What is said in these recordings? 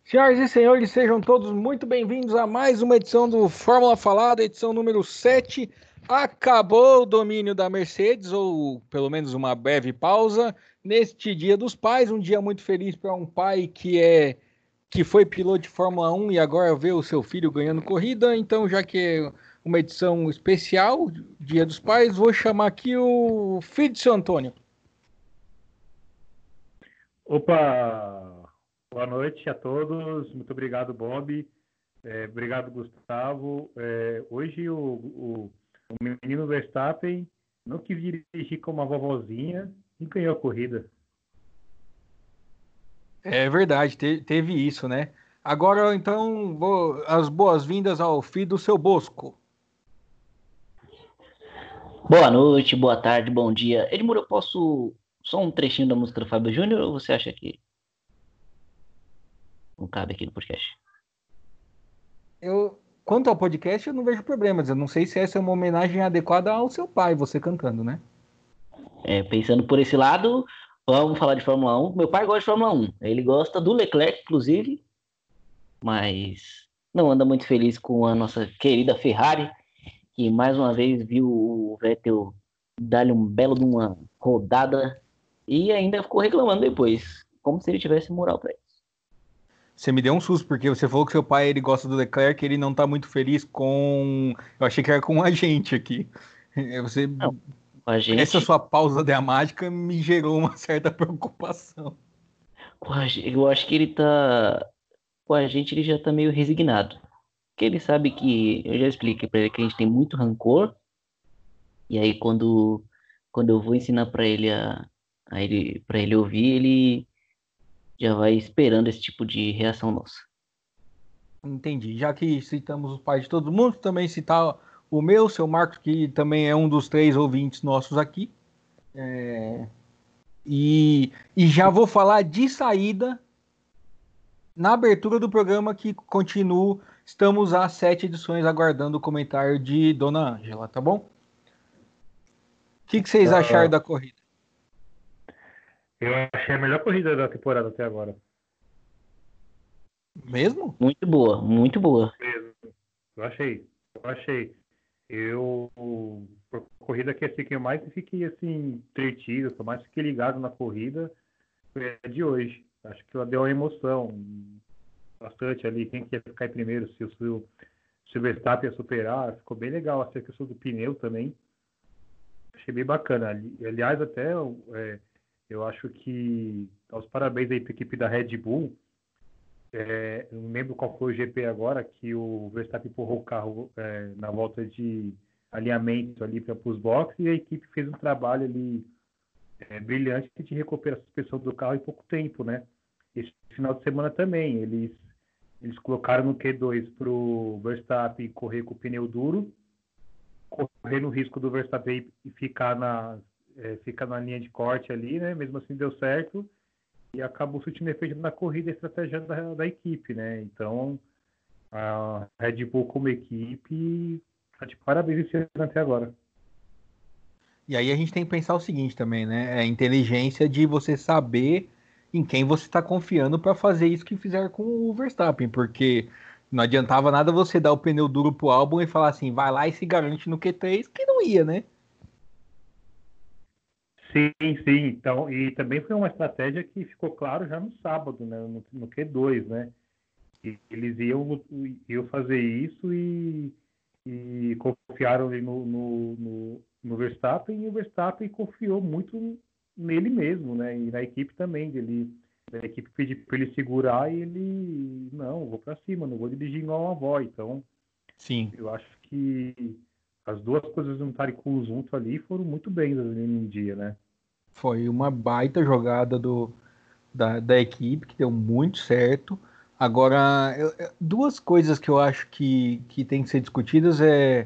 Senhoras e senhores, sejam todos muito bem-vindos a mais uma edição do Fórmula Falada, edição número 7. Acabou o domínio da Mercedes, ou pelo menos uma breve pausa, neste Dia dos Pais, um dia muito feliz para um pai que foi piloto de Fórmula 1 e agora vê o seu filho ganhando corrida. Então, já que é uma edição especial, Dia dos Pais, vou chamar aqui o filho de seu Antônio. Opa! Boa noite a todos. Muito obrigado, Bob. Obrigado, Gustavo. Hoje o menino Verstappen não quis dirigir como uma vovozinha e ganhou a corrida. É verdade, teve isso, né? Agora, então, as boas-vindas ao filho do seu Bosco. Boa noite, boa tarde, bom dia. Edmuro, eu posso só um trechinho da música do Fábio Júnior ou você acha que não cabe aqui no podcast? Quanto ao podcast, eu não vejo problemas. Eu não sei se essa é uma homenagem adequada ao seu pai, você cantando, né? Pensando por esse lado, vamos falar de Fórmula 1. Meu pai gosta de Fórmula 1. Ele gosta do Leclerc, inclusive, mas não anda muito feliz com a nossa querida Ferrari, que mais uma vez viu o Vettel dar-lhe um belo de uma rodada e ainda ficou reclamando depois, como se ele tivesse moral pra isso. Você me deu um susto, porque você falou que seu pai ele gosta do Leclerc, ele não tá muito feliz com... Eu achei que era com a gente aqui. Você... Não, com a gente, Essa sua pausa dramática me gerou uma certa preocupação. eu acho que ele tá. Com a gente, ele já tá meio resignado. Porque ele sabe que. Eu já expliquei pra ele que a gente tem muito rancor. E aí, quando eu vou ensinar pra ele pra ele ouvir, ele já vai esperando esse tipo de reação nossa. Entendi. Já que citamos os pais de todo mundo, também citar o meu, seu Marcos, que também é um dos 3 ouvintes nossos aqui. E já vou falar de saída na abertura do programa que continuo. Estamos há 7 edições aguardando o comentário de Dona Ângela, tá bom? O que vocês acharam da corrida? Eu achei a melhor corrida da temporada até agora. Mesmo? Muito boa, muito boa. Mesmo. Eu achei. Por corrida que assim, que eu mais fiquei assim, entretido, que eu mais fiquei ligado na corrida, foi a de hoje. Acho que ela deu uma emoção bastante ali, quem que ia ficar em primeiro, se o Verstappen ia superar, ficou bem legal a questão do pneu também. Achei bem bacana. Aliás, até eu acho que aos parabéns aí para a equipe da Red Bull. Eu não lembro qual foi o GP agora, que o Verstappen empurrou o carro na volta de alinhamento ali para os boxes e a equipe fez um trabalho ali brilhante de recuperar a suspensão do carro em pouco tempo, né? Esse final de semana também, eles colocaram no Q2 para o Verstappen correr com o pneu duro, correndo o risco do Verstappen ficar na linha de corte ali, né? Mesmo assim deu certo e acabou surtindo efeito na corrida a estratégia da equipe, né? Então, a Red Bull como equipe está de parabéns esse ano até agora. E aí a gente tem que pensar o seguinte também, né? É a inteligência de você saber em quem você está confiando para fazer isso que fizeram com o Verstappen, porque não adiantava nada você dar o pneu duro pro álbum e falar assim, vai lá e se garante no Q3, que não ia, né? Sim, sim. Então, e também foi uma estratégia que ficou claro já no sábado, né? No Q2, né? E eles iam fazer isso e confiaram ali no Verstappen, e o Verstappen confiou muito nele mesmo, né? E na equipe também, a equipe pediu para ele segurar e ele, não, vou para cima, não vou dirigir igual uma avó. Então, Sim. eu acho que as duas coisas juntarem conjunto ali foram muito bem no dia, né? Foi uma baita jogada da equipe, que deu muito certo. Agora, duas coisas que eu acho que tem que ser discutidas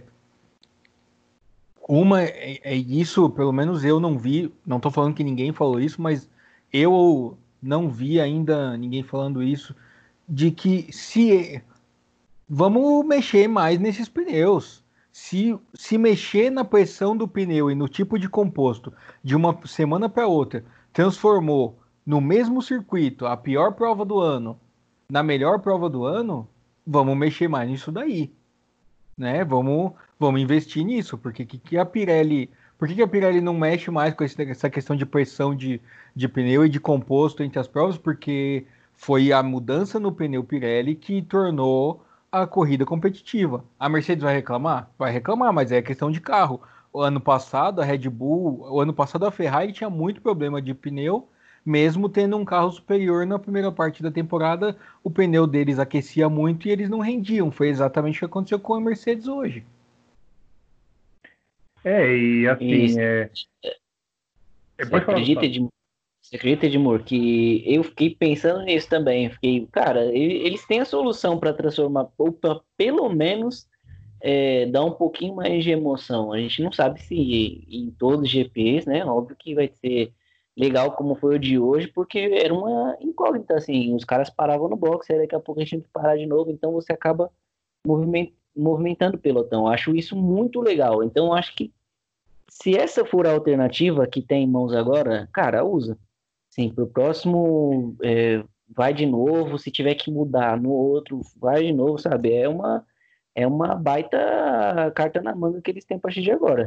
uma é isso, pelo menos eu não vi, não tô falando que ninguém falou isso, mas eu não vi ainda ninguém falando isso, de que se vamos mexer mais nesses pneus. Se mexer na pressão do pneu e no tipo de composto de uma semana para outra transformou no mesmo circuito a pior prova do ano na melhor prova do ano, vamos mexer mais nisso daí, né? Vamos investir nisso, porque por que a Pirelli não mexe mais com essa questão de pressão de pneu e de composto entre as provas? Porque foi a mudança no pneu Pirelli que tornou a corrida competitiva. A Mercedes vai reclamar? Vai reclamar, mas é questão de carro. O ano passado, a Ferrari tinha muito problema de pneu, mesmo tendo um carro superior na primeira parte da temporada, o pneu deles aquecia muito e eles não rendiam. Foi exatamente o que aconteceu com a Mercedes hoje. E assim, Você acredita, Edmur, que eu fiquei pensando nisso também. Fiquei, cara, eles têm a solução para transformar, ou pra, pelo menos dar um pouquinho mais de emoção. A gente não sabe se em todos os GPs, né? Óbvio que vai ser legal como foi o de hoje, porque era uma incógnita, assim. Os caras paravam no box, aí daqui a pouco a gente tinha que parar de novo, então você acaba movimentando o pelotão. Acho isso muito legal. Então, acho que se essa for a alternativa que tem em mãos agora, cara, usa. Sim, pro próximo vai de novo, se tiver que mudar no outro, vai de novo, sabe? É uma baita carta na manga que eles têm a partir de agora.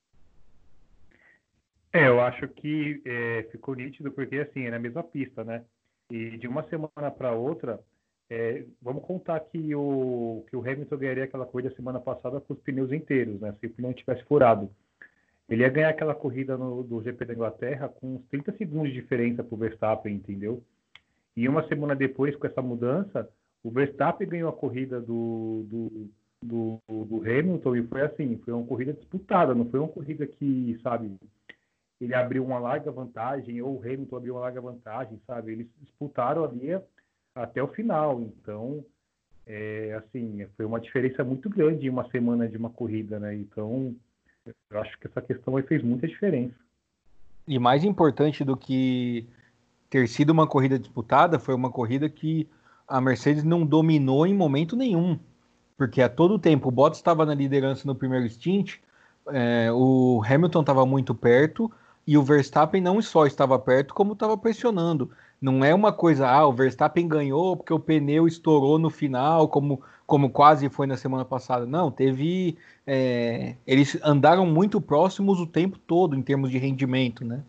Eu acho que ficou nítido porque, assim, é na mesma pista, né? E de uma semana para outra, vamos contar que o Hamilton ganharia aquela corrida semana passada com os pneus inteiros, né? Se o pneu tivesse furado. Ele ia ganhar aquela corrida do GP da Inglaterra com uns 30 segundos de diferença para o Verstappen, entendeu? E uma semana depois, com essa mudança, o Verstappen ganhou a corrida do Hamilton e foi assim, foi uma corrida disputada, não foi uma corrida que, sabe, ele abriu uma larga vantagem ou o Hamilton abriu uma larga vantagem, sabe? Eles disputaram ali até o final, então, assim, foi uma diferença muito grande em uma semana de uma corrida, né? Então, eu acho que essa questão aí fez muita diferença. E mais importante do que ter sido uma corrida disputada, foi uma corrida que a Mercedes não dominou em momento nenhum. Porque a todo tempo o Bottas estava na liderança no primeiro stint, o Hamilton estava muito perto e o Verstappen não só estava perto, como estava pressionando. Não é uma coisa, o Verstappen ganhou porque o pneu estourou no final, como quase foi na semana passada. Não, teve. Eles andaram muito próximos o tempo todo em termos de rendimento, né?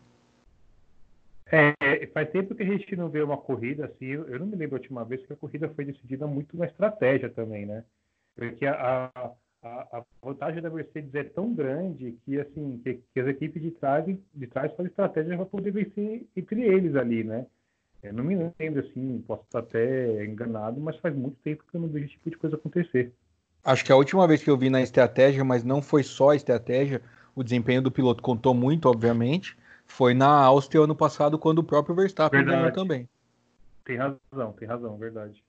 Faz tempo que a gente não vê uma corrida assim. Eu não me lembro a última vez que a corrida foi decidida muito na estratégia também, né? Porque a vantagem da Mercedes é tão grande que, assim, que as equipes de trás fazem estratégia para poder vencer entre eles ali, né? Eu não me lembro, assim, posso estar até enganado, mas faz muito tempo que eu não vejo esse tipo de coisa acontecer. Acho que a última vez que eu vi na estratégia, mas não foi só a estratégia, o desempenho do piloto contou muito, obviamente, foi na Áustria ano passado, quando o próprio Verstappen ganhou também. Tem razão, verdade.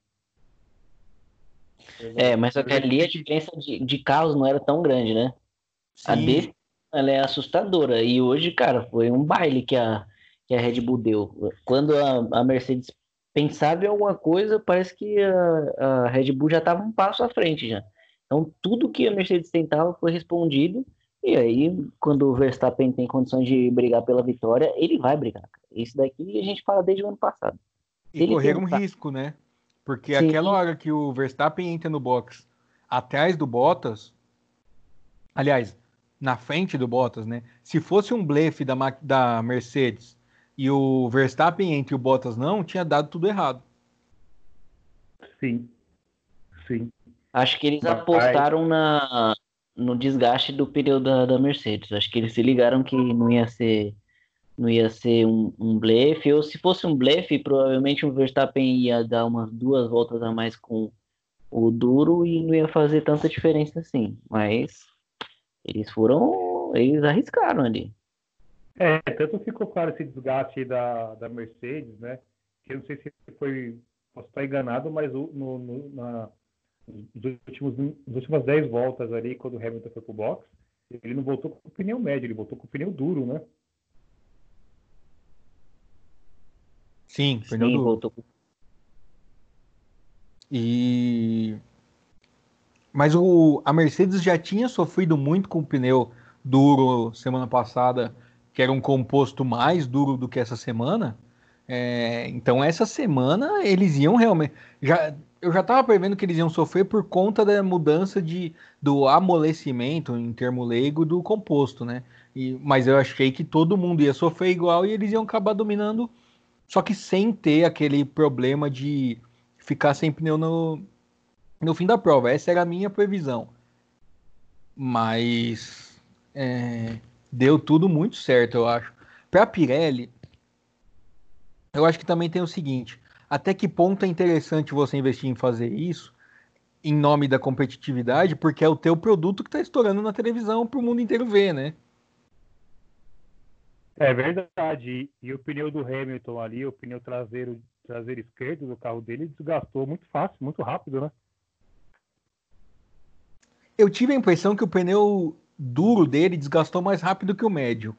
Mas só que ali a diferença de carros não era tão grande, né? Sim. A desse, ela é assustadora. E hoje, cara, foi um baile que a Red Bull deu. Quando a Mercedes pensava em alguma coisa, parece que a Red Bull já estava um passo à frente já. Então, tudo que a Mercedes tentava foi respondido. E aí, quando o Verstappen tem condições de brigar pela vitória, ele vai brigar. Isso daqui a gente fala desde o ano passado. E correr um risco, né? Porque aquela hora que o Verstappen entra no box atrás do Bottas, aliás, na frente do Bottas, né? Se fosse um blefe da Mercedes e o Verstappen entra e o Bottas não, tinha dado tudo errado. Sim. Acho que eles apostaram no desgaste do pneu da Mercedes. Acho que eles se ligaram que não ia ser um blefe, ou se fosse um blefe, provavelmente o Verstappen ia dar umas 2 voltas a mais com o duro e não ia fazer tanta diferença assim. Mas eles arriscaram ali. Tanto ficou claro esse desgaste da Mercedes, né? Que eu não sei se posso estar enganado, mas nas últimas 10 voltas ali, quando o Hamilton foi pro box, ele não voltou com o pneu médio, ele voltou com o pneu duro, né? Sim, pneu duro. Voltou. Mas a Mercedes já tinha sofrido muito com o pneu duro semana passada, que era um composto mais duro do que essa semana. Então, essa semana, eles iam realmente... Eu já estava prevendo que eles iam sofrer por conta da mudança do amolecimento, em termo leigo, do composto, né? Mas eu achei que todo mundo ia sofrer igual e eles iam acabar dominando, só que sem ter aquele problema de ficar sem pneu no fim da prova. Essa era a minha previsão. Mas deu tudo muito certo, eu acho. Para a Pirelli, eu acho que também tem o seguinte: até que ponto é interessante você investir em fazer isso em nome da competitividade, porque é o teu produto que está estourando na televisão para o mundo inteiro ver, né? É verdade. E o pneu do Hamilton ali, o pneu traseiro esquerdo do carro dele, desgastou muito fácil, muito rápido, né? Eu tive a impressão que o pneu duro dele desgastou mais rápido que o médio.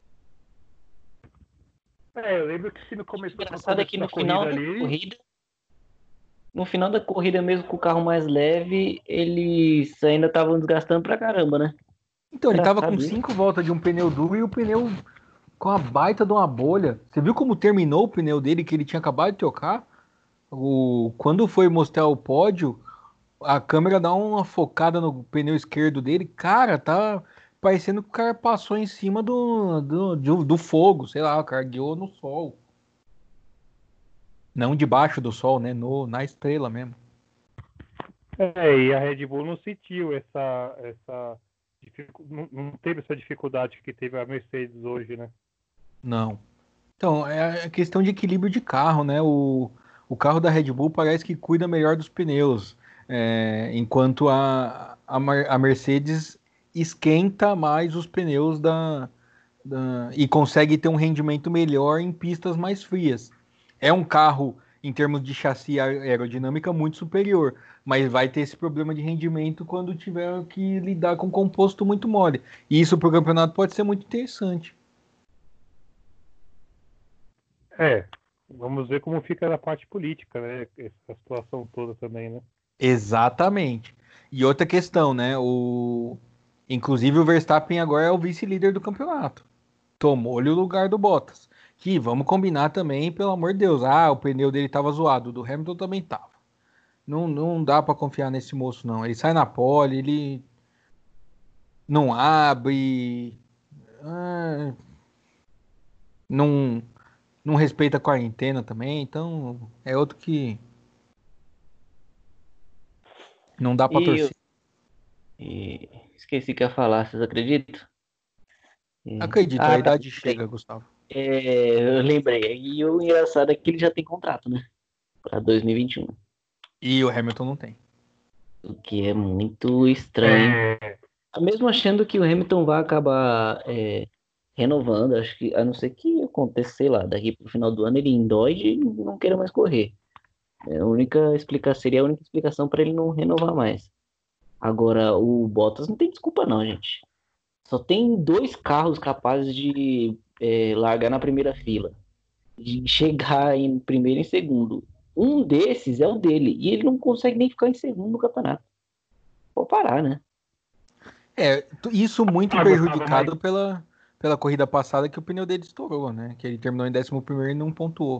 Eu lembro que no começo Engraçado é que da corrida ali... No final da corrida, mesmo com o carro mais leve, eles ainda estavam desgastando pra caramba, né? Então, ele tava com 5 voltas de um pneu duro e o pneu com a baita de uma bolha. Você viu como terminou o pneu dele, que ele tinha acabado de trocar? Quando foi mostrar o pódio, a câmera dá uma focada no pneu esquerdo dele. Cara, tá parecendo que o cara passou em cima do fogo. Sei lá, o cara guiou no sol. Não debaixo do sol, né? Na estrela mesmo. E a Red Bull não sentiu não teve essa dificuldade que teve a Mercedes hoje, né? Não. Então, é a questão de equilíbrio de carro, né? O carro da Red Bull parece que cuida melhor dos pneus, enquanto a Mercedes esquenta mais os pneus e consegue ter um rendimento melhor em pistas mais frias. É um carro, em termos de chassi aerodinâmica, muito superior, mas vai ter esse problema de rendimento quando tiver que lidar com composto muito mole. E isso para o campeonato pode ser muito interessante. Vamos ver como fica na parte política, né? Essa situação toda também, né? Exatamente. E outra questão, né? Inclusive o Verstappen agora é o vice-líder do campeonato. Tomou-lhe o lugar do Bottas. Que vamos combinar também, pelo amor de Deus. O pneu dele tava zoado, o do Hamilton também tava. Não dá para confiar nesse moço, não. Ele sai na pole, ele não abre, não, não respeita a quarentena também. Então é outro que não dá para torcer. Esqueci que ia falar, vocês acreditam? Acredito, a idade chega, Gustavo. Eu lembrei. E o engraçado é que ele já tem contrato, né? Pra 2021. E o Hamilton não tem. O que é muito estranho. Mesmo achando que o Hamilton vai acabar renovando, acho que, a não ser que aconteça, sei lá, daqui pro final do ano ele endoide e não queira mais correr. Seria a única explicação para ele não renovar mais. Agora, o Bottas não tem desculpa não, gente. Só tem 2 carros capazes de largar na primeira fila, de chegar em primeiro e em segundo. Um desses é o dele, e ele não consegue nem ficar em segundo no campeonato. Pode parar, né? Isso muito prejudicado pela corrida passada, que o pneu dele estourou, né? Que ele terminou em 11º e não pontuou.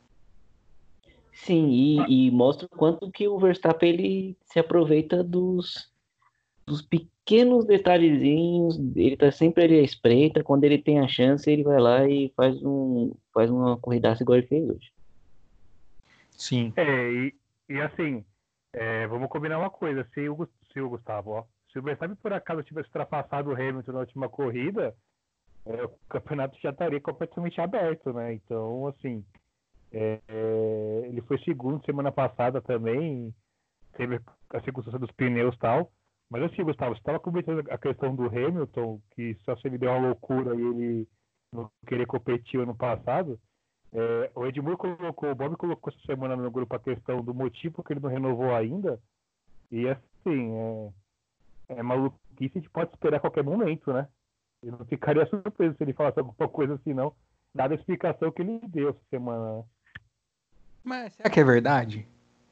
Sim, e mostra o quanto que o Verstappen ele se aproveita dos pequenos detalhezinhos. Ele tá sempre ali à espreita. Quando ele tem a chance, ele vai lá e faz uma corridaça igual ele fez hoje. Sim. E assim, vamos combinar uma coisa. Se o Gustavo, se o Verstappen por acaso tivesse ultrapassado o Hamilton na última corrida, o campeonato já estaria completamente aberto, né? Então, assim, ele foi segundo semana passada também, teve a circunstância dos pneus e tal. Mas assim, Gustavo, você estava comentando a questão do Hamilton, que só se ele deu uma loucura e ele não querer competir ano passado. O Edmur o Bob colocou essa semana no grupo a questão do motivo que ele não renovou ainda. E assim, é maluquice, a gente pode esperar a qualquer momento, né? Eu não ficaria surpreso se ele falasse alguma coisa assim, não, dada a explicação que ele deu essa semana. Mas será que é verdade?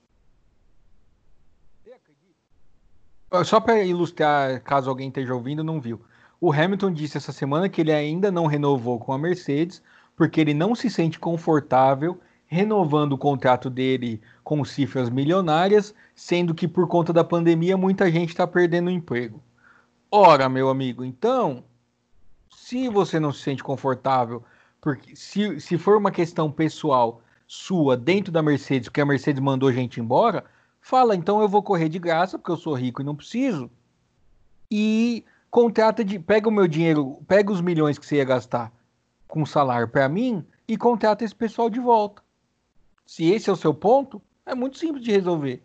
Só para ilustrar, caso alguém esteja ouvindo, não viu. O Hamilton disse essa semana que ele ainda não renovou com a Mercedes, porque ele não se sente confortável renovando o contrato dele com cifras milionárias, sendo que por conta da pandemia muita gente está perdendo o emprego. Ora, meu amigo, então, se você não se sente confortável, porque se for uma questão pessoal sua dentro da Mercedes, porque a Mercedes mandou gente embora, fala, então eu vou correr de graça, porque eu sou rico e não preciso, e pega o meu dinheiro, pega os milhões que você ia gastar com salário para mim e contrata esse pessoal de volta. Se esse é o seu ponto, é muito simples de resolver.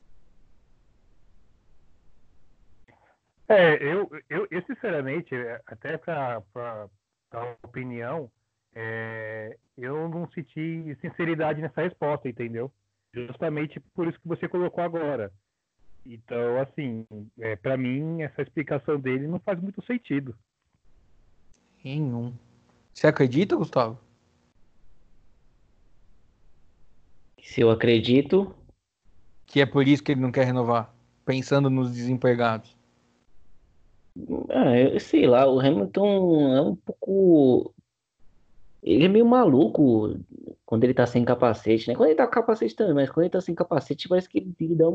Eu sinceramente, até para dar opinião, eu não senti sinceridade nessa resposta, entendeu? Justamente por isso que você colocou agora. Então, assim, para mim, essa explicação dele não faz muito sentido. Nenhum. Você acredita, Gustavo? Se eu acredito, Que é por isso que ele não quer renovar, pensando nos desempregados. eu sei lá, o Hamilton é um pouco. Ele é meio maluco quando ele tá sem capacete, né? Quando ele tá com capacete também, mas quando ele tá sem capacete, parece que ele dá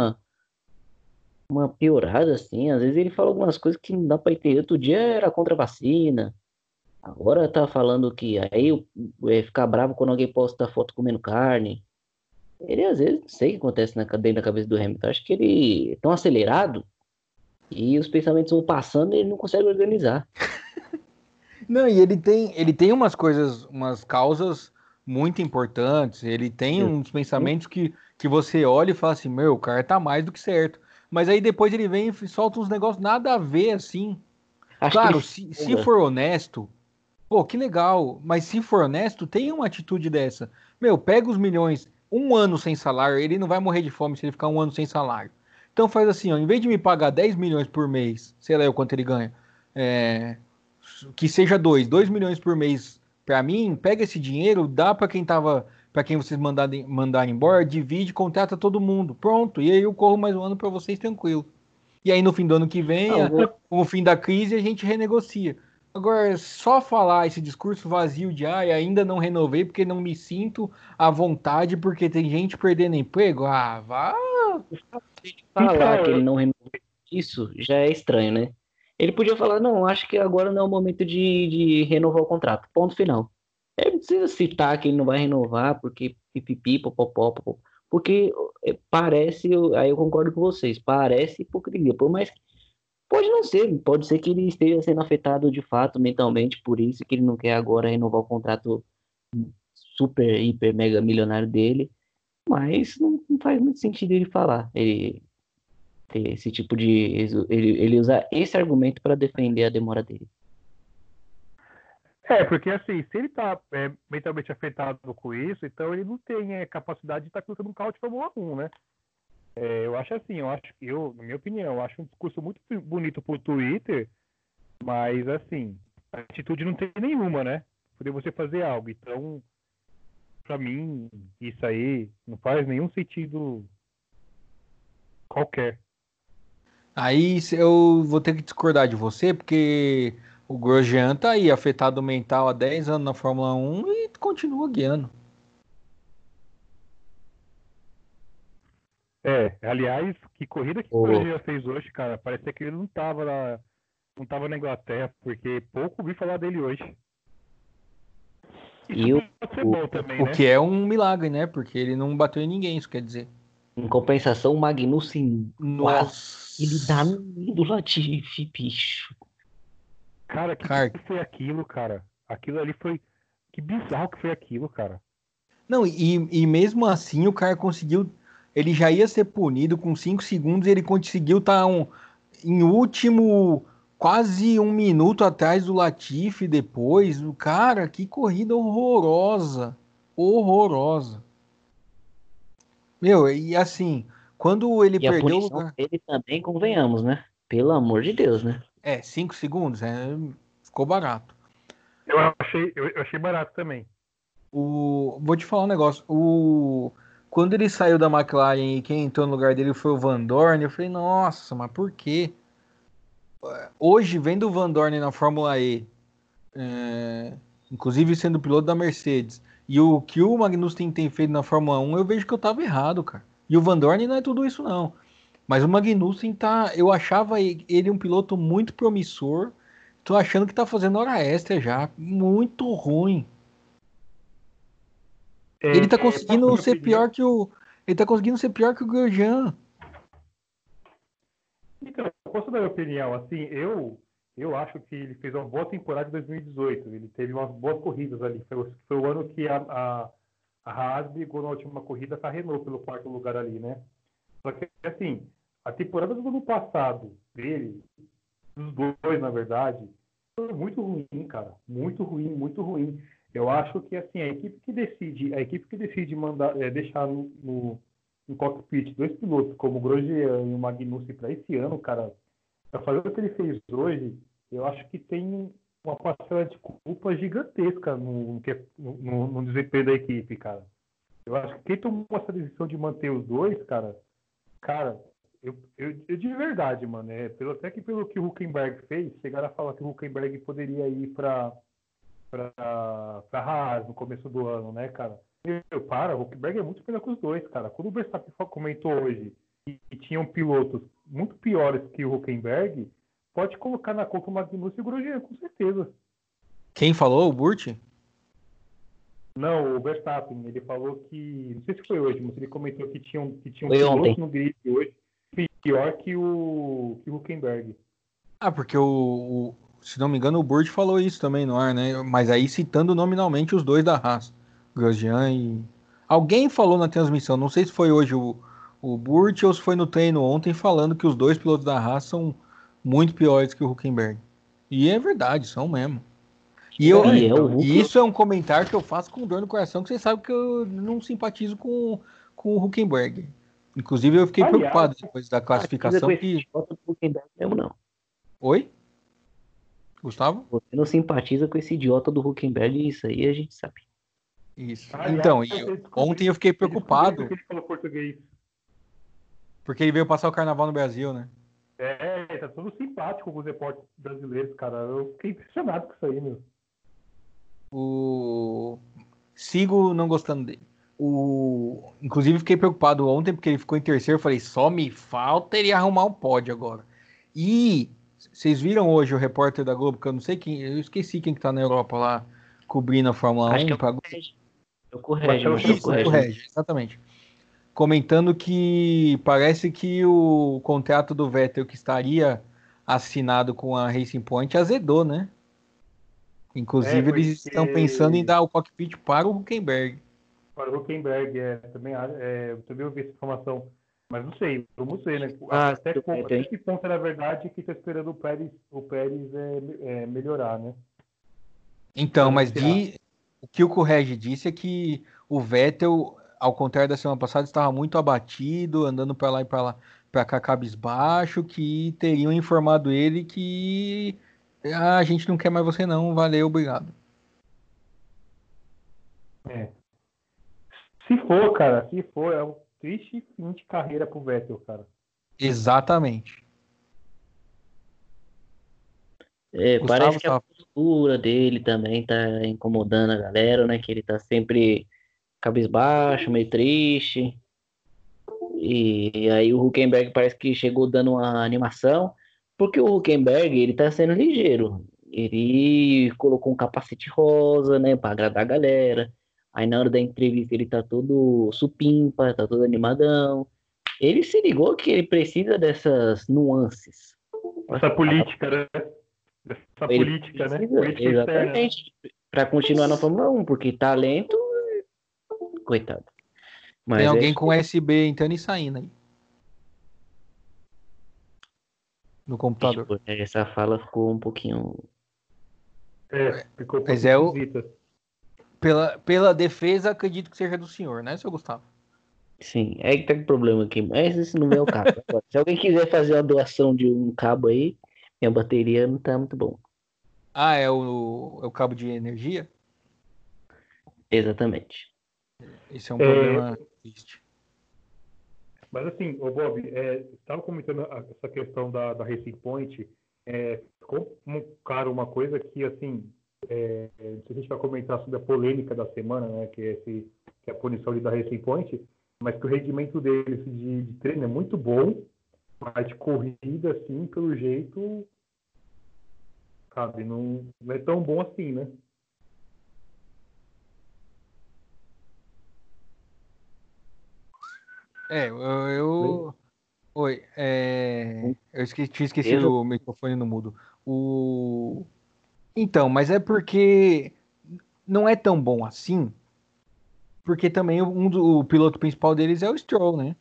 uma piorada, assim. Às vezes ele fala algumas coisas que não dá pra entender. Outro dia era contra a vacina, agora tá falando que aí ficar bravo quando alguém posta foto comendo carne. Ele às vezes não sei o que acontece dentro da cabeça do Hamilton. Acho que ele é tão acelerado e os pensamentos vão passando e ele não consegue organizar. Não, e ele tem umas causas muito importantes. Ele tem uns pensamentos que você olha e fala assim, meu, o cara tá mais do que certo. Mas aí depois ele vem e solta uns negócios nada a ver, assim. Acho que ele Claro, se se empolga. for honesto, pô, que legal. Mas se for honesto, tem uma atitude dessa. Meu, pega os milhões, um ano sem salário, ele não vai morrer de fome se ele ficar um ano sem salário. Então faz assim, ó, em vez de me pagar 10 milhões por mês, sei lá o quanto ele ganha, é, que seja 2 milhões por mês para mim, pega esse dinheiro, dá para quem vocês mandarem embora, divide, contrata todo mundo. Pronto, e aí eu corro mais um ano para vocês tranquilo. E aí no fim do ano que vem, Não, com o fim da crise, a gente renegocia. Agora, só falar esse discurso vazio de ainda não renovei porque não me sinto à vontade porque tem gente perdendo emprego. Ah, vá. falar Então, que ele não renovou isso já é estranho, né? Ele podia falar, não, acho que agora não é o momento de renovar o contrato. Ponto final. Ele não precisa citar que ele não vai renovar porque pipipi, popopó, popopó. Porque parece, aí eu concordo com vocês, parece hipocrisia. Por mais que pode não ser, pode ser que ele esteja sendo afetado de fato mentalmente por isso, que ele não quer agora renovar o contrato super, hiper, mega milionário dele. Mas não faz muito sentido ele falar. Ele ter esse tipo de. Ele usar esse argumento para defender a demora dele. porque assim, se ele tá mentalmente afetado com isso, então ele não tem capacidade de estar pilotando um carro de Fórmula 1, né? Eu acho assim, na minha opinião, eu acho um discurso muito bonito pro Twitter, mas assim, a atitude não tem nenhuma, né? Poder você fazer algo. Então, pra mim, isso aí não faz nenhum sentido qualquer. Aí eu vou ter que discordar de você, porque o Grosjean tá aí, afetado mental há 10 anos na Fórmula 1 e continua guiando. Aliás, que corrida que o O, Grosjean fez hoje, cara, parecia que ele não tava na Inglaterra, porque pouco ouvi falar dele hoje. Isso e pode ser bom também, O né? que é um milagre, né? Porque ele não bateu em ninguém, isso quer dizer. em compensação, o Magnussen quase. Ele dá Nossa! no meio do Latifi, bicho. Cara, que Cara, foi aquilo, cara? Aquilo ali foi. Que bizarro que foi aquilo, cara. não, e mesmo assim o cara conseguiu. Ele já ia ser punido com 5 segundos e ele conseguiu estar em último, quase um minuto atrás do Latifi depois. O cara, que corrida horrorosa! Horrorosa. Meu, e assim, quando ele E a perdeu o punição lugar. dele também, convenhamos, né? Pelo amor de Deus, né? 5 segundos, ficou barato. Eu achei barato também. Vou te falar um negócio. Quando ele saiu da McLaren e quem entrou no lugar dele foi o Van Dorn, eu falei, nossa, mas por quê? Hoje, vendo o Van Dorn na Fórmula E, é, inclusive sendo piloto da Mercedes, e o que o Magnussen tem feito na Fórmula 1, eu vejo que eu tava errado, cara. E o Van Dorn não é tudo isso, não. Mas o Magnussen eu achava ele um piloto muito promissor. Tô achando que tá fazendo hora extra já. Muito ruim. Ele tá Posso dar conseguindo minha ser opinião? pior que o. Ele tá conseguindo ser pior que o Grosjean. Então, posso dar minha opinião? Assim, eu acho que ele fez uma boa temporada em 2018. Ele teve umas boas corridas ali. Foi o ano que a Haas brigou na última corrida com a Renault pelo quarto lugar ali, né? Só que, assim, a temporada do ano passado dele, dos dois, na verdade, foi muito ruim, cara. Muito ruim, muito ruim. Eu acho que, assim, a equipe que decide mandar, deixar no cockpit dois pilotos como o Grosjean e o Magnussen para esse ano, cara, para fazer o que ele fez hoje, eu acho que tem uma parcela de culpa gigantesca no desempenho da equipe, cara. Eu acho que quem tomou essa decisão de manter os dois, cara, eu de verdade, mano, até que pelo que o Hülkenberg fez, chegaram a falar que o Hülkenberg poderia ir para Haas no começo do ano, né, cara? O Hülkenberg é muito melhor que os dois, cara. Quando o Verstappen comentou hoje que tinham pilotos muito piores que o Hülkenberg, pode colocar na conta o Magnussen e o Grosjean, com certeza. Quem falou? O Burt? Não, o Verstappen, ele falou que, não sei se foi hoje, mas ele comentou que tinham Foi pilotos ontem. no grid hoje pior que o Hülkenberg. Porque se não me engano, o Burt falou isso também no ar, né? Mas aí citando nominalmente os dois da Haas, Grosjean e. Alguém falou na transmissão, não sei se foi hoje o Burt ou se foi no treino ontem, falando que os dois pilotos da Haas são muito piores que o Hülkenberg. E é verdade, são mesmo. E é o Então, E Hulk. isso é um comentário que eu faço com dor no coração, que vocês sabem que eu não simpatizo com o Hülkenberg. Inclusive, eu fiquei aliás, preocupado depois da Simpatiza com classificação esse que. idiota do Huckenberg mesmo, não. Oi? Gustavo? Você não simpatiza com esse idiota do Huckenberg, isso aí a gente sabe. Isso. aliás, Então, ontem eu fiquei eles descobriram preocupado que ele falou português. porque ele veio passar o carnaval no Brasil, né? Tá tudo simpático com os repórteres brasileiros, cara. Eu fiquei impressionado com isso aí, meu. O... Sigo não gostando dele. Inclusive, fiquei preocupado ontem porque ele ficou em terceiro. Eu falei, só me falta ele arrumar um pódio agora. E vocês viram hoje o repórter da Globo, que eu não sei quem, eu esqueci quem que tá na Europa lá, cobrindo a Fórmula Acho que 1 é o pra... Correge. É o Eu acho Correge, que é o Marcelo Isso, o Correge. Regi, exatamente. Comentando que parece que o contrato do Vettel que estaria assinado com a Racing Point azedou, né? Inclusive, eles estão pensando em Porque dar o cockpit para o Hülkenberg. para o Huckenberg, eu também ouvi essa informação. Mas não sei, vamos ver, né? Ah, Até, do Vettel, até hein? que ponto era verdade que está esperando o Pérez melhorar, né? Então, Para mas anunciar. o que o Correge disse é que o Vettel, ao contrário da semana passada, estava muito abatido, andando para lá e para lá, para cá cabisbaixo, que teriam informado ele que a gente não quer mais você não, valeu, obrigado. É. Se for, cara, se for, é um triste fim de carreira pro Vettel, cara. Exatamente. É, Gustavo parece que a estava. postura dele também tá incomodando a galera, né? Que ele tá sempre cabisbaixo, meio triste. E aí o Huckenberg parece que chegou dando uma animação, porque o Huckenberg, ele tá sendo ligeiro. Ele colocou um capacete rosa, né, pra agradar a galera. Aí na hora da entrevista ele tá todo supimpa, tá todo animadão. Ele se ligou que ele precisa dessas nuances. Essa política, né? Essa Ele política, né? precisa, Política externa, né? exatamente, para continuar na Fórmula 1, porque talento, coitado. Tem Mas é alguém isso. com USB entrando e saindo aí no computador. Tipo, essa fala ficou um pouquinho. Ficou um Mas pouquinho esquisita. pela defesa, acredito que seja do senhor, né, seu Gustavo? Sim, é que tá com problema aqui, mas esse não é o caso. Agora, se alguém quiser fazer uma doação de um cabo aí, minha bateria não tá muito bom. Ah, é o cabo de energia? Exatamente. Esse é um É, problema triste. mas assim, ô Bob, estava comentando essa questão da Racing Point, ficou caro uma coisa que, assim, não sei se a gente vai comentar sobre a polêmica da semana, né, que é a punição ali da Racing Point, mas que o rendimento deles de treino é muito bom, mas de corrida, assim, pelo jeito, sabe, não é tão bom assim, né? Oi, eu tinha esquecido Eu, o microfone no mudo. Então, mas é porque não é tão bom assim, porque também o piloto principal deles é o Stroll, né?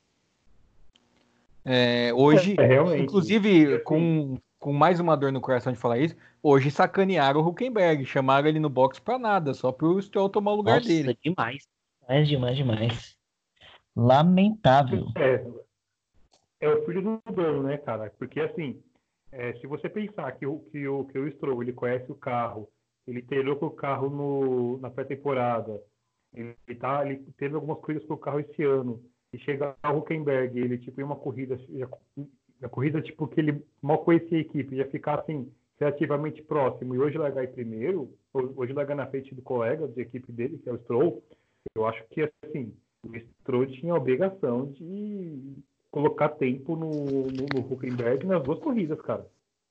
Hoje, Realmente. E inclusive, assim, com mais uma dor no coração de falar isso, hoje sacanearam o Huckenberg, chamaram ele no box pra nada, só pro Stroll tomar o lugar dele. nossa, demais. Demais, demais, demais. Lamentável. é, é o filho do dono, né, cara? Porque assim, se você pensar que o Stroll, ele conhece o carro, ele treinou com o carro na pré-temporada, ele teve algumas coisas com o carro esse ano, e chegar o Huckenberg, ele tipo em uma corrida, a corrida tipo que ele mal conhecia a equipe, já ficar assim relativamente próximo e hoje largar em primeiro, hoje largar na frente do colega de equipe dele, que é o Stroll, eu acho que assim, o Stroll tinha a obrigação de colocar tempo no Huckenberg nas duas corridas, cara.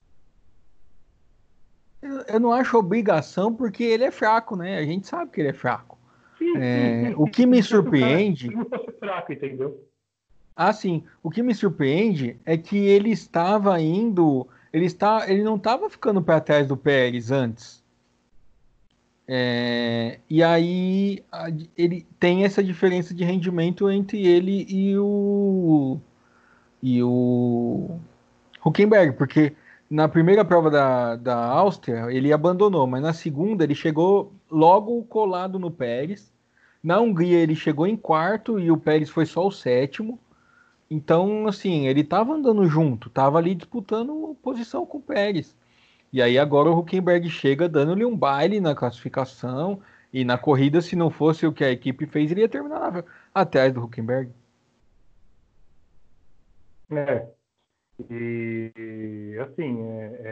Eu não acho obrigação porque ele é fraco, né? A gente sabe que ele é fraco. Sim. O que me Então, se o cara surpreende, não fosse fraco, entendeu? o que me surpreende é que ele estava indo, ele não estava ficando para trás do Pérez antes. E aí ele tem essa diferença de rendimento entre ele e o Huckenberg, porque na primeira prova da Áustria ele abandonou, mas na segunda ele chegou logo colado no Pérez. Na Hungria ele chegou em quarto e o Pérez foi só o sétimo. Então, assim, ele estava andando junto, estava ali disputando posição com o Pérez. E aí agora o Huckenberg chega dando-lhe um baile na classificação e na corrida, se não fosse o que a equipe fez, ele ia terminar atrás do Huckenberg. É. E assim,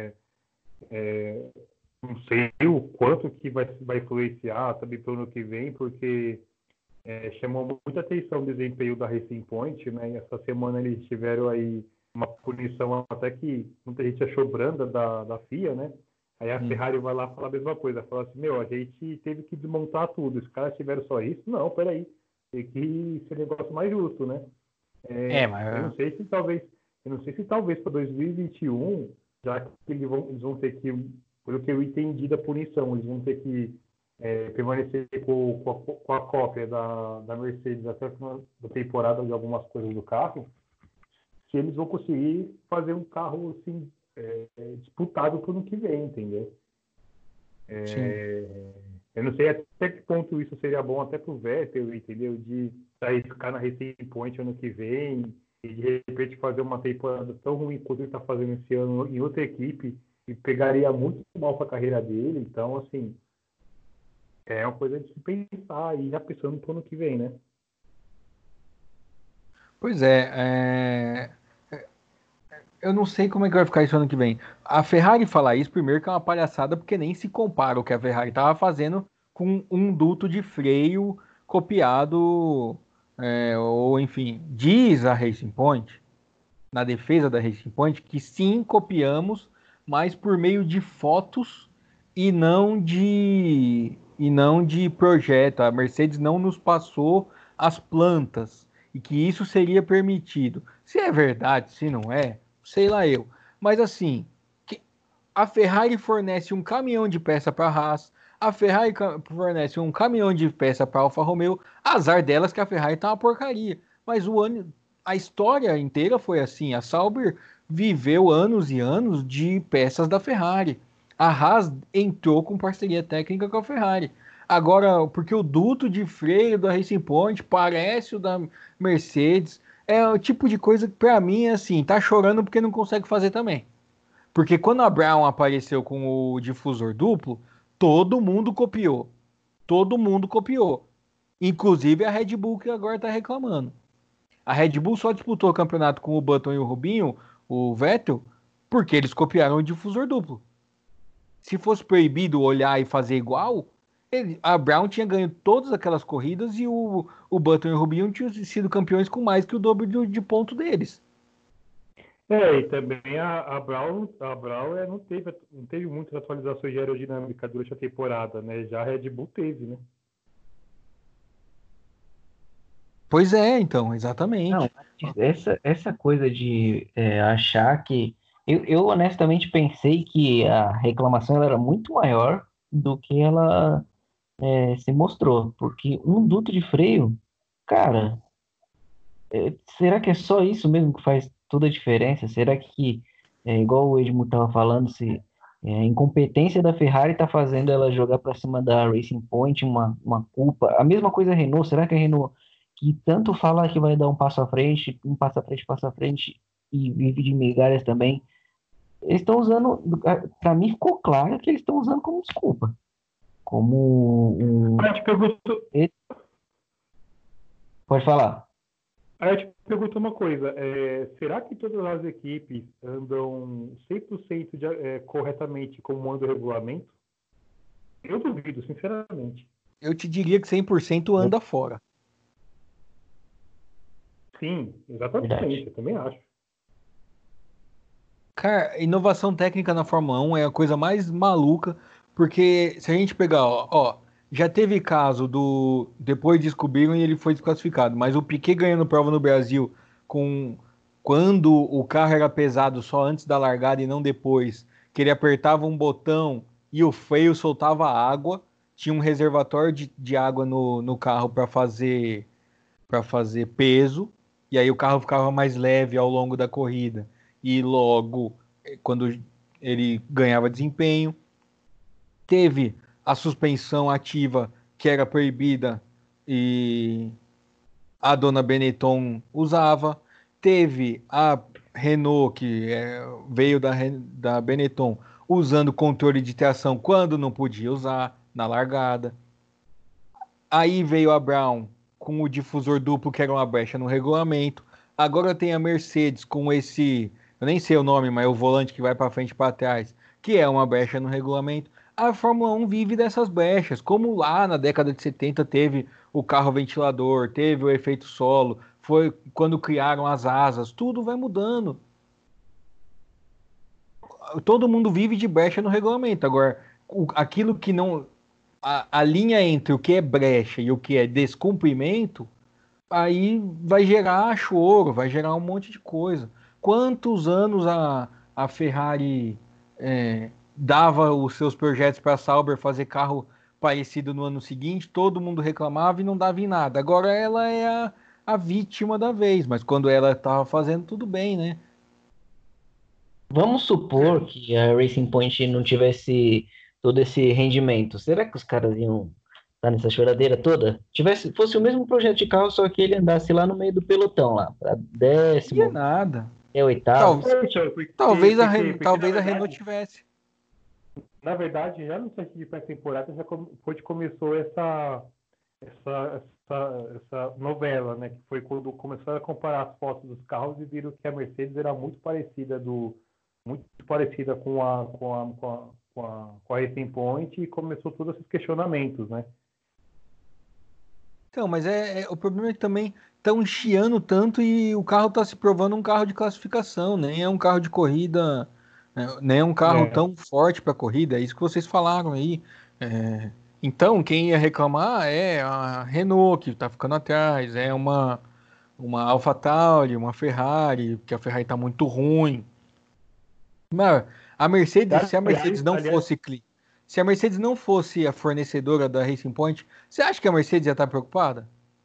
não sei o quanto que vai influenciar também para o ano que vem, porque chamou muita atenção o desempenho da Racing Point, né? E essa semana eles tiveram aí uma punição até que muita gente achou branda da FIA, né? Aí a Sim. Ferrari vai lá falar a mesma coisa, fala assim, meu, a gente teve que desmontar tudo, os caras tiveram só isso? Não, peraí, tem que ser um negócio mais justo, né? Eu não Mas sei se talvez, para 2021, já que eles vão ter que, pelo que eu entendi da punição, eles vão ter que permanecer com a cópia da Mercedes até o final da temporada de algumas coisas do carro, se eles vão conseguir fazer um carro assim, disputado para o ano que vem, entendeu? sim. Eu não sei até que ponto isso seria bom até para o Vettel, entendeu? De sair ficar na Racing Point ano que vem e de repente fazer uma temporada tão ruim quanto ele está fazendo esse ano em outra equipe e pegaria muito mal para a carreira dele. Então, assim, é uma coisa de se pensar e já pensando para o ano que vem, né? Pois eu não sei como é que vai ficar isso ano que vem. A Ferrari falar isso, primeiro que é uma palhaçada, porque nem se compara o que a Ferrari estava fazendo com um duto de freio copiado, ou enfim, diz a Racing Point, na defesa da Racing Point, que sim, copiamos, mas por meio de fotos e não de projeto. A Mercedes não nos passou as plantas e que isso seria permitido. Se é verdade, se não é, sei lá eu. Mas assim, a Ferrari fornece um caminhão de peça para a Haas, a Ferrari fornece um caminhão de peça para a Alfa Romeo. Azar delas que a Ferrari tá uma porcaria. Mas a história inteira foi assim. A Sauber viveu anos e anos de peças da Ferrari. A Haas entrou com parceria técnica com a Ferrari. Agora, porque o duto de freio da Racing Point parece o da Mercedes, é o tipo de coisa que para mim é assim, tá chorando porque não consegue fazer também. Porque quando a Brown apareceu com o difusor duplo, todo mundo copiou. Todo mundo copiou. Inclusive a Red Bull que agora está reclamando. A Red Bull só disputou o campeonato com o Button e o Rubinho, o Vettel, porque eles copiaram o difusor duplo. se fosse proibido olhar e fazer igual, a Brown tinha ganho todas aquelas corridas e o Button e o Rubinho tinham sido campeões com mais que o dobro de ponto deles. E também a Brown não teve muitas atualizações de aerodinâmica durante a temporada, né? Já a Red Bull teve, né? Pois é, então, exatamente. Não, essa coisa de achar que. Eu honestamente pensei que a reclamação ela era muito maior do que ela se mostrou. Porque um duto de freio, cara, será que é só isso mesmo que faz toda a diferença? Será que, igual o Edmo estava falando, se a incompetência da Ferrari está fazendo ela jogar para cima da Racing Point uma culpa? A mesma coisa a Renault, será que a Renault, que tanto fala que vai dar um passo à frente, e vive de migalhas também, eles estão usando, para mim ficou claro que eles estão usando como desculpa. Como um... Aí eu te pergunto, Pode falar. uma coisa, será que todas as equipes andam 100% corretamente como anda o regulamento? Eu duvido, sinceramente. Eu te diria que 100% anda fora. Sim, exatamente, Verdade. eu também acho. Cara, inovação técnica na Fórmula 1 é a coisa mais maluca, porque se a gente pegar, já teve caso depois descobriram e ele foi desclassificado, mas o Piquet ganhando prova no Brasil quando o carro era pesado só antes da largada e não depois, que ele apertava um botão e o freio soltava água, tinha um reservatório de água no carro para fazer peso, e aí o carro ficava mais leve ao longo da corrida. E logo, quando ele ganhava desempenho, teve a suspensão ativa que era proibida e a dona Benetton usava, teve a Renault, que veio da Benetton, usando controle de tração quando não podia usar na largada. Aí veio a Brown com o difusor duplo, que era uma brecha no regulamento. Agora tem a Mercedes com esse, eu nem sei o nome, mas é o volante que vai para frente e para trás, que é uma brecha no regulamento. A Fórmula 1 vive dessas brechas, como lá na década de 70 teve o carro ventilador, teve o efeito solo, foi quando criaram as asas, tudo vai mudando. Todo mundo vive de brecha no regulamento. Agora, aquilo que não. A linha entre o que é brecha e o que é descumprimento, aí vai gerar choro, vai gerar um monte de coisa. Quantos anos a Ferrari dava os seus projetos para a Sauber fazer carro parecido no ano seguinte, todo mundo reclamava e não dava em nada. Agora ela é a vítima da vez, mas quando ela estava fazendo, tudo bem, né? Vamos supor que a Racing Point não tivesse todo esse rendimento. Será que os caras iam estar nessa choradeira toda? Fosse o mesmo projeto de carro, só que ele andasse lá no meio do pelotão, lá, para Não é décimo, nada. oitavo. Talvez a na Renault tivesse. Na verdade, já no site de pré-temporada já foi que começou essa novela, né? Que foi quando começaram a comparar as fotos dos carros e viram que a Mercedes era muito parecida com a Racing Point e começou todos esses questionamentos, né? Então, mas o problema é que também estão chiando tanto e o carro está se provando um carro de classificação, nem é um carro de corrida, né, nem é um carro tão forte para corrida, é isso que vocês falaram aí. Então, quem ia reclamar é a Renault, que está ficando atrás, é uma AlphaTauri, uma Ferrari, que a Ferrari está muito ruim. Mas a Mercedes, se a Mercedes não fosse se a Mercedes não fosse a fornecedora da Racing Point, você acha que a Mercedes ia estar preocupada?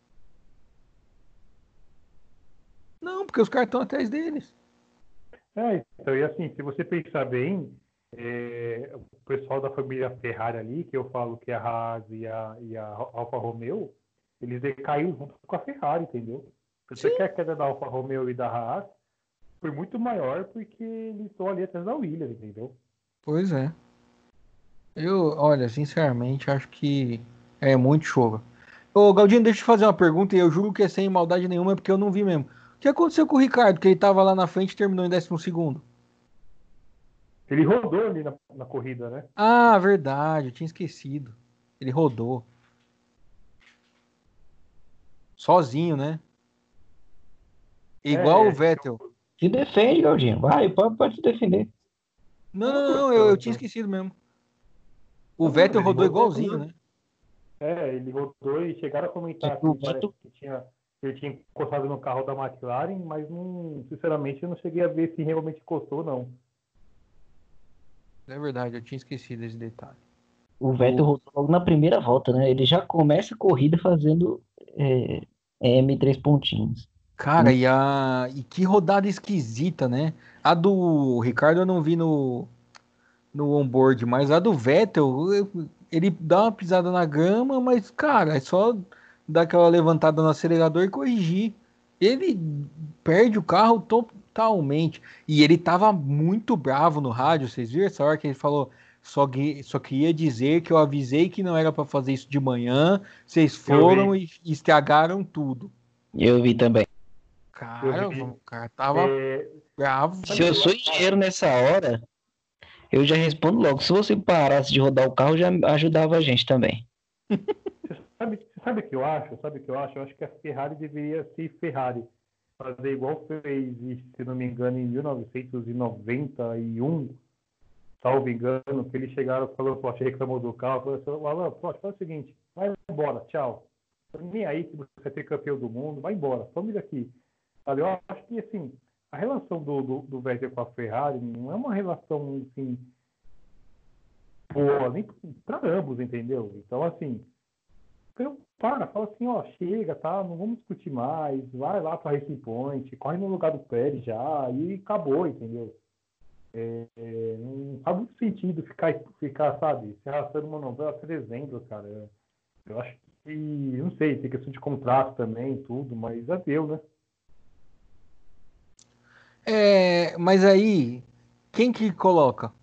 Não, porque os caras estão atrás deles. Então, e assim, se você pensar bem, o pessoal da família Ferrari ali, que eu falo que é a Haas e a Alfa Romeo, eles decaíram junto com a Ferrari, entendeu? Você quer a queda da Alfa Romeo e da Haas foi muito maior porque eles estão ali atrás da Williams, entendeu? Pois é. Olha, sinceramente, acho que é muito choro. Ô, Galdino, deixa eu te fazer uma pergunta e eu juro que é sem maldade nenhuma, porque eu não vi mesmo. O que aconteceu com o Ricardo, que ele tava lá na frente e terminou em 12º? Ele rodou ali na corrida, né? Ah, verdade, eu tinha esquecido. Ele rodou. Sozinho, né? Igual o Vettel. Se defende, Galdinho. Vai, pode se defender. Não, eu tinha esquecido mesmo. O Vettel rodou igualzinho, né? Ele rodou e chegaram a comentar que parece que ele tinha encostado no carro da McLaren, mas não, sinceramente eu não cheguei a ver se realmente encostou, não. É verdade, eu tinha esquecido esse detalhe. O Vettel rodou logo na primeira volta, né? Ele já começa a corrida fazendo M3 pontinhos. Cara, e que rodada esquisita, né? A do Ricardo eu não vi no onboard, mas a do Vettel, ele dá uma pisada na grama, mas, cara, é só dar aquela levantada no acelerador e corrigir. Ele perde o carro totalmente. E ele tava muito bravo no rádio, vocês viram essa hora que ele falou? Só queria dizer que eu avisei que não era para fazer isso de manhã, vocês foram e estragaram tudo. Eu vi também. Cara, o cara tava bravo. Se eu sou engenheiro nessa hora, eu já respondo logo. Se você parasse de rodar o carro, já ajudava a gente também. Sabe o que eu acho? Eu acho que a Ferrari deveria ser Ferrari. Fazer igual fez, se não me engano, em 1991, salvo engano, que eles chegaram falando, Prost reclamou do carro, falou, Alan, Prost, faz o seguinte, vai embora, tchau. Nem aí se você vai ser campeão do mundo, vai embora, vamos daqui. Sabe, eu acho que, assim, a relação do Vettel com a Ferrari não é uma relação, assim, boa, nem para ambos, entendeu? Então, assim, fala assim, ó, chega, tá? Não vamos discutir mais, vai lá para Racing Point, corre no lugar do Pérez já, e acabou, entendeu? Não faz muito sentido ficar, sabe, se arrastando uma novela 300, cara. Eu acho que, não sei, tem questão de contrato também, tudo, mas já deu, né? Mas aí, quem que coloca?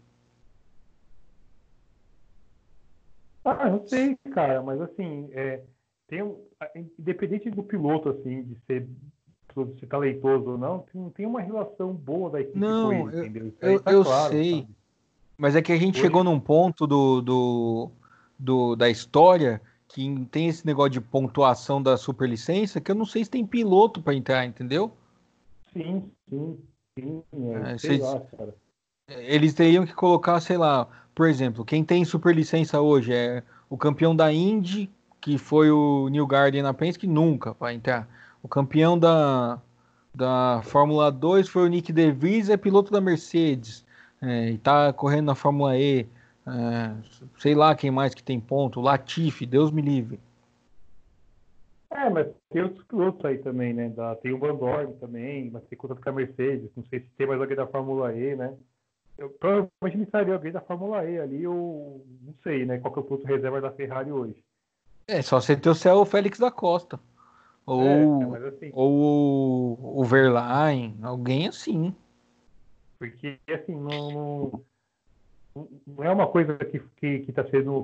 Não sei, cara, mas assim, independente do piloto, assim, de ser talentoso ou não, tem uma relação boa da equipe com ele, entendeu? Isso aí tá eu claro, sei, sabe? mas é que a gente chegou num ponto da história que tem esse negócio de pontuação da superlicença que eu não sei se tem piloto para entrar, entendeu? Sim, sei lá, cara. Eles teriam que colocar, sei lá, por exemplo, quem tem superlicença hoje é o campeão da Indy, que foi o Newgarden na Penske, nunca vai entrar. O campeão da Fórmula 2 foi o Nick De Vries, é piloto da Mercedes, e tá correndo na Fórmula E. Sei lá quem mais que tem ponto, Latifi, Deus me livre. Mas tem outros pilotos aí também, né? Tem o Van Dorn também, mas tem contrato com a Mercedes, não sei se tem mais alguém da Fórmula E, né? Eu provavelmente me sairia alguém da Fórmula E ali, ou não sei, né? Qual que é o piloto reserva da Ferrari hoje. Só você ter o Céu Félix da Costa. Mas assim, ou o Verlaine, alguém assim. porque assim, não é uma coisa que tá sendo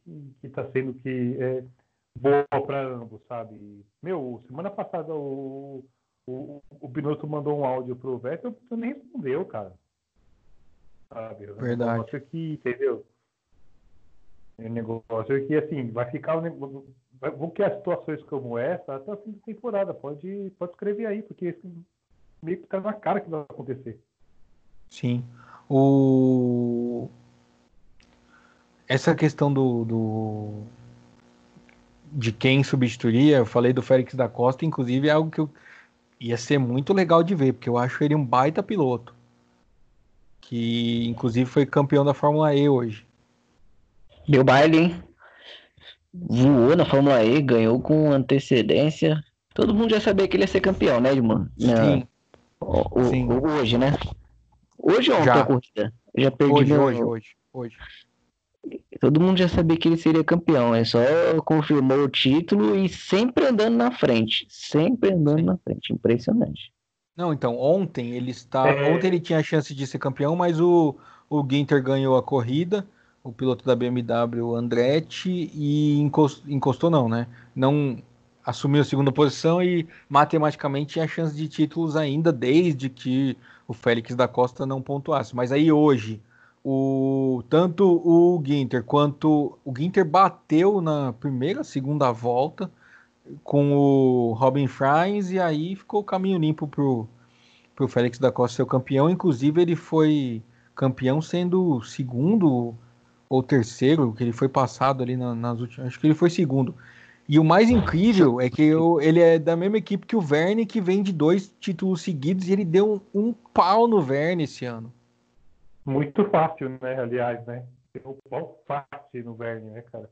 boa para ambos, sabe? Semana passada o Binotto mandou um áudio pro Vettel, você nem respondeu, cara. Sabe? Verdade. Entendeu? É um negócio que, assim, vai ficar... Vão criar situações como essa até o fim da temporada. Pode escrever aí, porque meio que tá na cara que vai acontecer. Sim. Essa questão de quem substituiria, eu falei do Félix da Costa, inclusive é algo que ia ser muito legal de ver, porque eu acho ele um baita piloto. Que inclusive foi campeão da Fórmula E hoje. Deu baile, hein? Voou na Fórmula E, ganhou com antecedência. Todo mundo já sabia que ele ia ser campeão, né, Edmund? Sim. Sim. Hoje, né? Hoje ou ontem Já. a corrida? Eu já perdi hoje. Todo mundo já sabia que ele seria campeão. Só confirmou o título e sempre andando na frente. Sempre andando na frente. Impressionante. Não, então, ontem ele tinha a chance de ser campeão, mas o Ginter ganhou a corrida, o piloto da BMW, Andretti, e encostou não, né? Não assumiu a segunda posição e matematicamente tinha chance de títulos ainda, desde que o Félix da Costa não pontuasse. Mas aí hoje, Tanto o Ginter quanto o Ginter bateu na segunda volta com o Robin Fries e aí ficou o caminho limpo pro Félix da Costa ser o campeão. Inclusive ele foi campeão sendo segundo ou terceiro, que ele foi passado ali nas últimas. Acho que ele foi segundo. E o mais incrível é que ele é da mesma equipe que o Verne, que vem de 2 títulos seguidos e ele deu um pau no Verne esse ano. Muito fácil, né? Aliás, né? Deu um pau fácil no Verne, né, cara?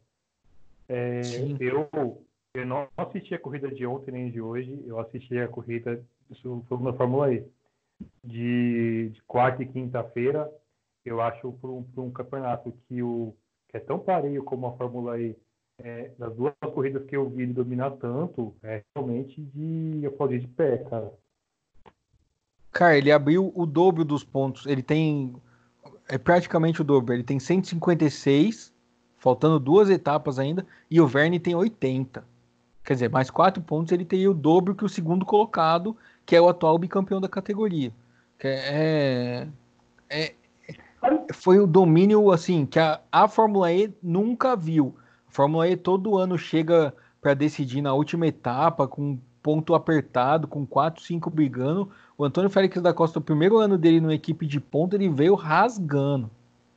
Eu não assisti a corrida de ontem nem de hoje. Eu assisti a corrida, isso foi na Fórmula E, de quarta e quinta-feira. Eu acho para um campeonato que é tão pareio como a Fórmula E, das duas corridas que eu vi ele dominar tanto, é realmente de aplaudir de pé, cara. Cara, ele abriu o dobro dos pontos. Ele tem. É praticamente o dobro. Ele tem 156, faltando 2 etapas ainda, e o Verne tem 80. Quer dizer, mais 4 pontos, ele teria o dobro que o segundo colocado, que é o atual bicampeão da categoria. Foi o domínio assim que a Fórmula E nunca viu. A Fórmula E todo ano chega para decidir na última etapa com ponto apertado, com 4, 5 brigando. O Antônio Félix da Costa, o primeiro ano dele numa equipe de ponta, ele veio rasgando.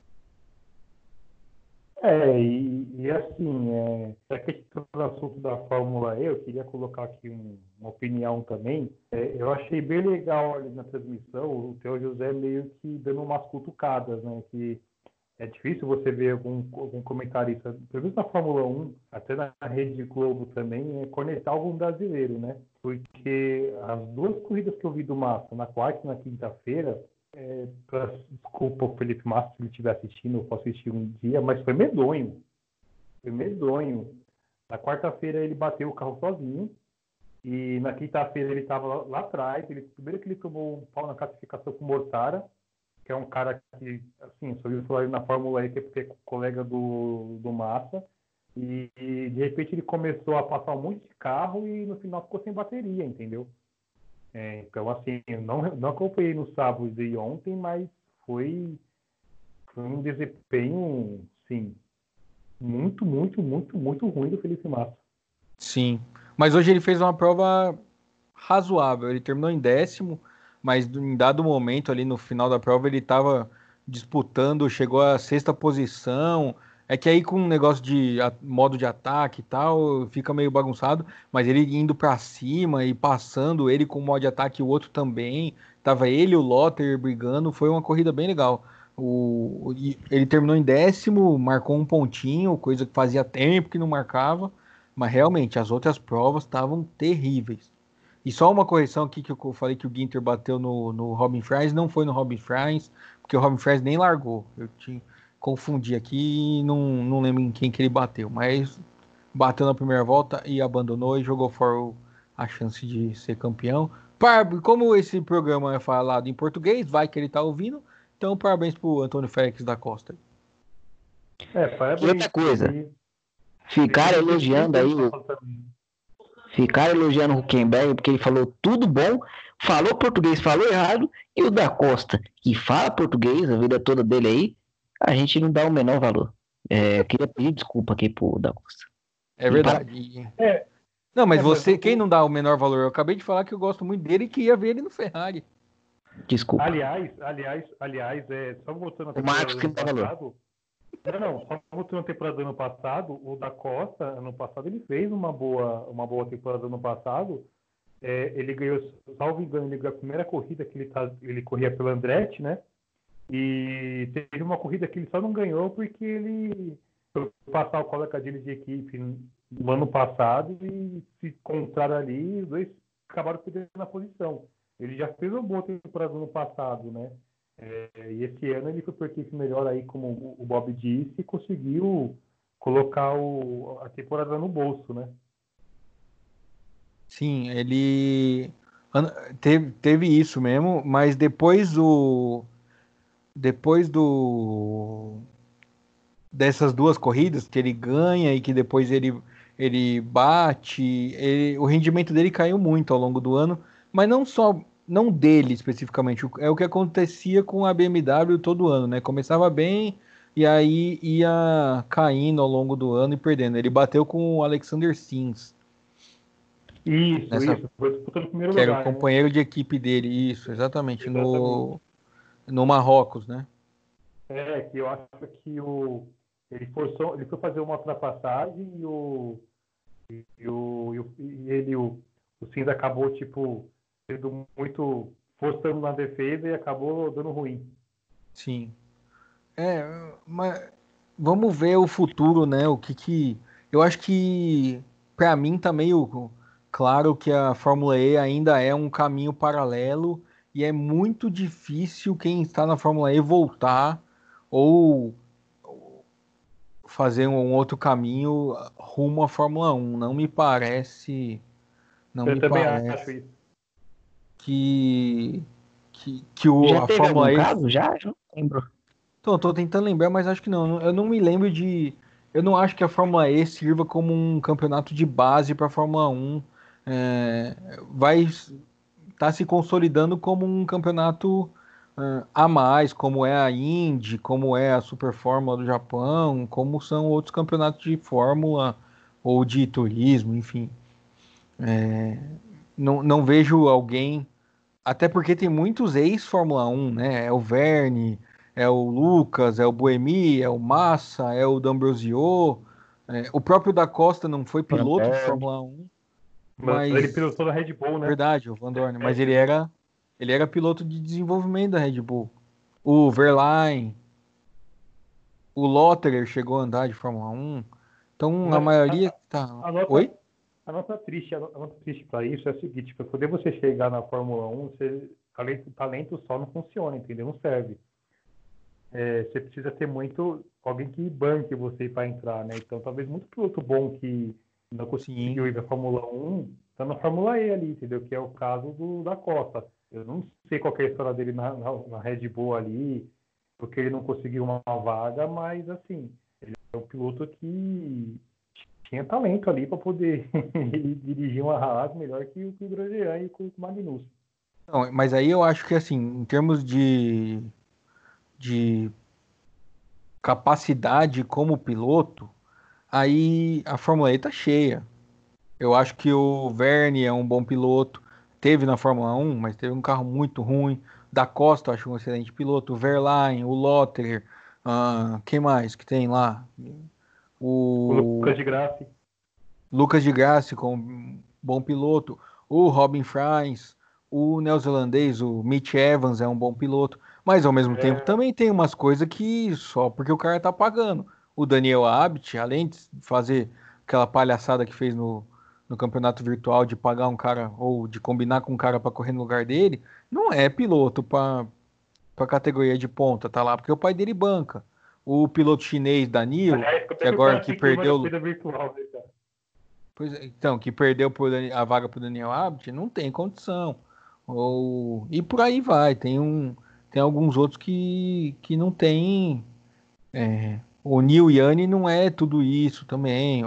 E assim, já que a gente está no assunto da Fórmula E, eu queria colocar aqui uma opinião também. Eu achei bem legal ali na transmissão o Theo José meio que dando umas cutucadas, né? Que é difícil você ver algum comentarista, pelo menos na Fórmula 1, até na Rede Globo também, cornetar algum brasileiro, né? Porque as duas corridas que eu vi do Massa, na quarta e na quinta-feira, desculpa o Felipe Massa se ele estiver assistindo, eu posso assistir um dia, mas foi medonho. Foi medonho. Na quarta-feira ele bateu o carro sozinho, e na quinta-feira ele estava lá atrás. Primeiro que ele tomou um pau na classificação com o Mortara, que é um cara que, assim, só viu falar na Fórmula E, que é colega do Massa, e de repente ele começou a passar um monte de carro e no final ficou sem bateria, entendeu? Então, assim, eu não acompanhei no sábado de ontem, mas foi um desempenho, assim, muito, muito, muito, muito ruim do Felipe Massa. Sim, mas hoje ele fez uma prova razoável. Ele terminou em 10º, mas em dado momento ali no final da prova ele estava disputando, chegou à 6ª posição. É que aí com um negócio de modo de ataque e tal, fica meio bagunçado, mas ele indo para cima e passando ele com o modo de ataque e o outro também, tava ele e o Lotter brigando, foi uma corrida bem legal. Ele terminou em 10º, marcou um pontinho, coisa que fazia tempo que não marcava, mas realmente as outras provas estavam terríveis. E só uma correção aqui que eu falei que o Ginter bateu no Robin Fries, não foi no Robin Fries, porque o Robin Fries nem largou. Eu confundi aqui e não lembro em quem que ele bateu, mas bateu na primeira volta e abandonou e jogou fora a chance de ser campeão. Como esse programa é falado em português, vai que ele tá ouvindo, então parabéns pro Antônio Félix da Costa. Parabéns. E outra coisa, ficaram elogiando aí Ficaram elogiando o Huckenberg porque ele falou tudo bom, falou português, falou errado, e o da Costa, que fala português a vida toda dele aí, a gente não dá o menor valor. Eu queria pedir desculpa aqui pro da Costa. É verdade. Não, mas quem não dá o menor valor? Eu acabei de falar que eu gosto muito dele e que ia ver ele no Ferrari. Desculpa. Aliás, só voltando a temporada do ano passado. Só voltando a temporada do ano passado, o da Costa, ano passado, ele fez uma boa temporada do ano passado. Ele ganhou, salvo engano, ele ganhou a primeira corrida que ele corria pelo Andretti, né? E teve uma corrida que ele só não ganhou porque ele foi passar o colega dele de equipe no ano passado e se encontraram ali e os dois acabaram perdendo na posição. Ele já fez uma boa temporada no ano passado, né? E esse ano ele foi por equipe melhor aí, como o Bob disse, e conseguiu colocar a temporada no bolso, né? Sim, ele teve isso mesmo, mas depois dessas duas corridas que ele ganha e que depois ele bate, o rendimento dele caiu muito ao longo do ano, mas não só não dele especificamente, é o que acontecia com a BMW todo ano, né? Começava bem e aí ia caindo ao longo do ano e perdendo. Ele bateu com o Alexander Sims, nessa, Isso. Foi disputando o primeiro que era o lugar, né? companheiro de equipe dele, isso, exatamente, Exatamente. no Marrocos, né? Que eu acho que ele foi fazer uma ultrapassagem o Cinza acabou, tipo, sendo muito forçando na defesa e acabou dando ruim. Sim. Mas vamos ver o futuro, né? Eu acho que para mim tá meio claro que a Fórmula E ainda é um caminho paralelo e é muito difícil quem está na Fórmula E voltar ou fazer um outro caminho rumo à Fórmula 1. Não Eu me também acho parece isso. que Já a teve Fórmula algum E. caso? Já? Não lembro. Então, eu tô tentando lembrar, mas acho que não. Eu não me lembro de. Eu não acho que a Fórmula E sirva como um campeonato de base para a Fórmula 1. É, vai estar se consolidando como um campeonato a mais, como é a Indy, como é a Super Fórmula do Japão, como são outros campeonatos de Fórmula ou de turismo, enfim. Não vejo alguém. Até porque tem muitos ex-Fórmula 1, né? É o Verne, é o Lucas, é o Buemi, é o Massa, é o D'Ambrosio. O próprio Da Costa não foi Van piloto de Dorn. Fórmula 1, Mas ele mas pilotou na Red Bull, né? verdade, o Van Dorn, mas É, ele era piloto de desenvolvimento da Red Bull. O Verlaine, o Lotterer chegou a andar de Fórmula 1. Então a mas maioria tá. a Oi? nota, a nota triste para isso é o seguinte, para poder você chegar na Fórmula 1, talento só não funciona, entendeu? Não serve. Você precisa ter alguém que banque você para entrar, né? Então, talvez muito piloto bom que não Sim. conseguiu ir para a Fórmula 1 está na Fórmula E ali, entendeu? Que é o caso da Costa. Eu não sei qual que é a história dele na Red Bull ali, porque ele não conseguiu uma vaga, mas assim, ele é um piloto que tinha talento ali para poder ele dirigir uma Haas melhor que o Grosjean e com o Magnussen. Não, mas aí eu acho que assim, em termos de capacidade como piloto, aí a Fórmula E tá cheia. Eu acho que o Verne é um bom piloto. Teve na Fórmula 1, mas teve um carro muito ruim. Da Costa, eu acho um excelente piloto. O Verlaine, o Lotterer, quem mais que tem lá? O Lucas O de Grassi. Lucas de Grassi, com um bom piloto. O Robin Fries, o neozelandês, o Mitch Evans é um bom piloto. Mas ao mesmo tempo É, também tem umas coisas que só porque o cara tá pagando. O Daniel Abt, além de fazer aquela palhaçada que fez no campeonato virtual de pagar um cara ou de combinar com um cara para correr no lugar dele, não é piloto para categoria de ponta, tá lá porque o pai dele banca. O piloto chinês Danilo, aliás, como que é que o agora cara que fica em uma perdeu corrida virtual, né, cara? então, que perdeu a vaga para o Daniel Abt, não tem condição. E por aí vai. Tem alguns outros que não tem. O Neil Yanni não é tudo isso também.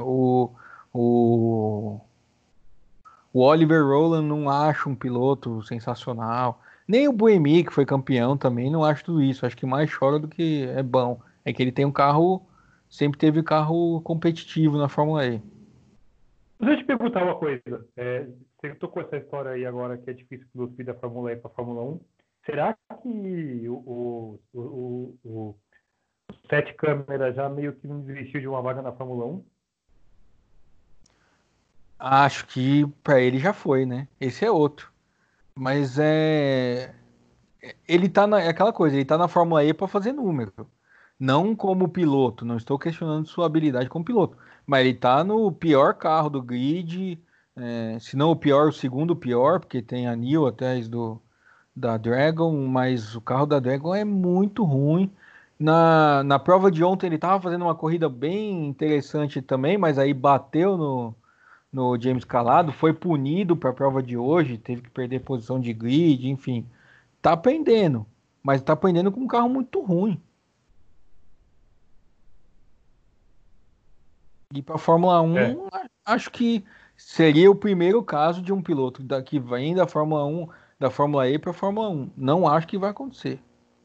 O, o Oliver Rowland não acho um piloto sensacional. Nem o Buemi, que foi campeão também, não acho tudo isso. Acho que mais chora do que é bom. É que ele tem um carro, sempre teve carro competitivo na Fórmula E. Deixa eu te perguntar uma coisa. Você tocou essa história aí agora que é difícil piloto da Fórmula E para a Fórmula 1. Será que o Sete Câmara já meio que não desistiu de uma vaga na Fórmula 1? Acho que para ele já foi, né? Esse é outro. Mas ele tá é aquela coisa, ele tá na Fórmula E para fazer número. Não como piloto, não estou questionando sua habilidade como piloto, mas ele tá no pior carro do grid, se não o pior, o segundo pior, porque tem a Nil atrás da Dragon, mas o carro da Dragon é muito ruim. Na prova de ontem ele tava fazendo uma corrida bem interessante também, mas aí bateu no James Calado, foi punido para a prova de hoje, teve que perder posição de grid, enfim. Tá aprendendo, mas tá aprendendo com um carro muito ruim. E para Fórmula É. 1, acho que seria o primeiro caso de um piloto que vem da Fórmula 1, da Fórmula E para a Fórmula 1. Não acho que vai acontecer.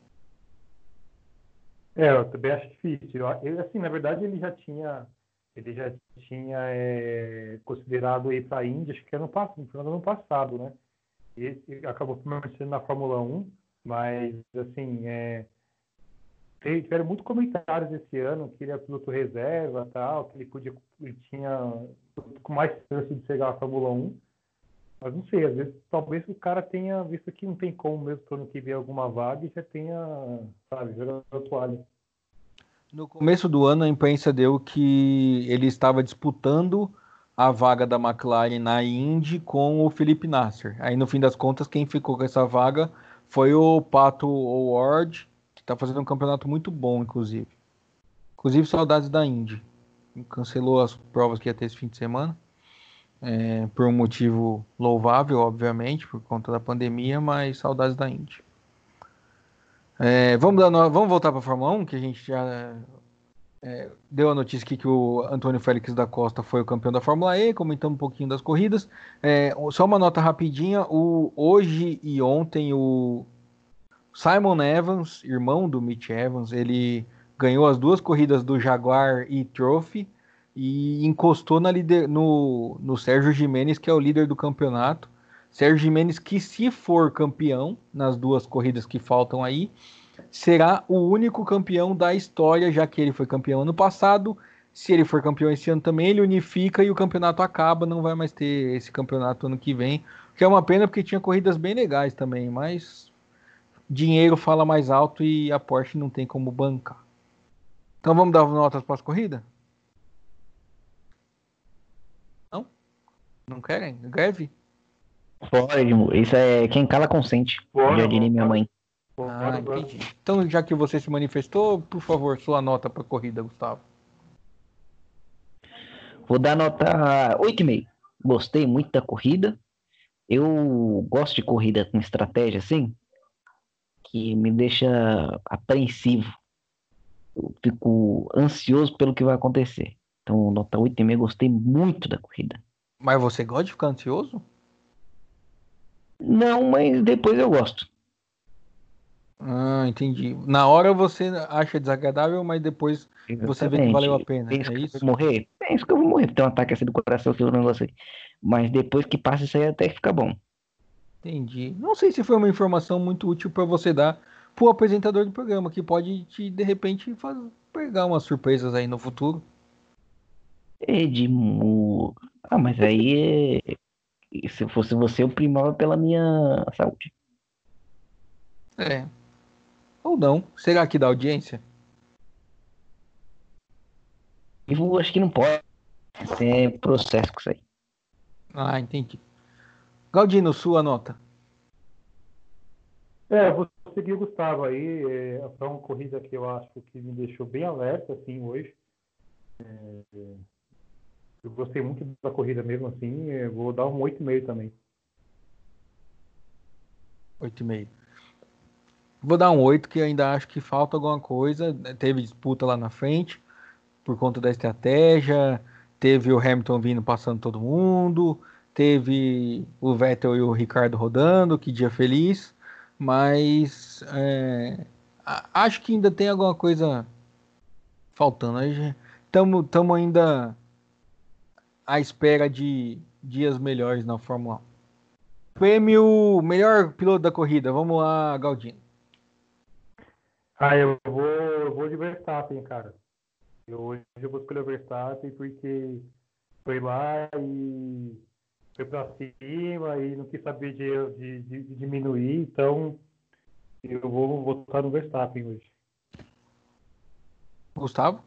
Eu também acho difícil. Assim, na verdade, ele já tinha considerado ir para a Índia, acho que no final do ano passado, né? E acabou permanecendo na Fórmula 1, mas, assim, tiveram muitos comentários esse ano que ele é piloto reserva, tal, que ele tinha com mais chance de chegar à Fórmula 1. Mas não sei, às vezes, talvez o cara tenha visto que não tem como mesmo para ano que vem alguma vaga e já tenha, sabe, jogado a toalha. No começo do ano, a imprensa deu que ele estava disputando a vaga da McLaren na Indy com o Felipe Nasser. Aí, no fim das contas, quem ficou com essa vaga foi o Pato O'Ward, que está fazendo um campeonato muito bom, inclusive. Inclusive, saudades da Indy. Cancelou as provas que ia ter esse fim de semana, por um motivo louvável, obviamente, por conta da pandemia, mas saudades da Indy. Vamos voltar para a Fórmula 1, que a gente já deu a notícia aqui que o Antônio Félix da Costa foi o campeão da Fórmula E, comentamos um pouquinho das corridas. Só uma nota rapidinha, hoje e ontem o Simon Evans, irmão do Mitch Evans, ele ganhou as 2 corridas do Jaguar e-Trophy e encostou no Sérgio Gimenez, que é o líder do campeonato. Sérgio Gimenez, que se for campeão nas 2 corridas que faltam aí, será o único campeão da história, já que ele foi campeão ano passado. Se ele for campeão esse ano também, ele unifica e o campeonato acaba, não vai mais ter esse campeonato ano que vem, que é uma pena porque tinha corridas bem legais também, mas dinheiro fala mais alto e a Porsche não tem como bancar. Então vamos dar notas para as corridas? Não? Não querem? Greve? Pode, isso é quem cala consente. Já diria minha mãe. Entendi. Então, já que você se manifestou, por favor, sua nota para a corrida, Gustavo. Vou dar nota 8,5. Gostei muito da corrida. Eu gosto de corrida com estratégia, assim, que me deixa apreensivo. Eu fico ansioso pelo que vai acontecer. Então, nota 8,5, gostei muito da corrida. Mas você gosta de ficar ansioso? Não, mas depois eu gosto. Entendi. Na hora você acha desagradável, mas depois você vê que valeu a pena. Penso É que eu isso? vou morrer? Penso que eu vou morrer. Tem um ataque assim do coração, aquele negócio aí. Mas depois que passa isso aí até que fica bom. Entendi. Não sei se foi uma informação muito útil para você dar pro apresentador do programa, que pode de repente pegar umas surpresas aí no futuro. Edmo. Mas aí se fosse você, eu primava pela minha saúde. Ou não. Será que dá audiência? Eu acho que não pode. Sem processo com isso aí. Entendi. Galdino, sua nota. Vou seguir o Gustavo aí. Foi uma corrida que eu acho que me deixou bem alerta, assim, hoje. Eu gostei muito da corrida mesmo, assim. Vou dar um 8,5 também. 8,5. Vou dar um 8, que ainda acho que falta alguma coisa. Teve disputa lá na frente, por conta da estratégia. Teve o Hamilton vindo passando todo mundo. Teve o Vettel e o Ricardo rodando, que dia feliz. Mas acho que ainda tem alguma coisa faltando. Estamos ainda à espera de dias melhores na Fórmula 1. Prêmio melhor piloto da corrida. Vamos lá, Galdino. Eu vou de Verstappen, cara. Hoje eu vou escolher o Verstappen porque foi lá e foi pra cima e não quis saber de diminuir, então eu vou votar no Verstappen hoje. Gustavo?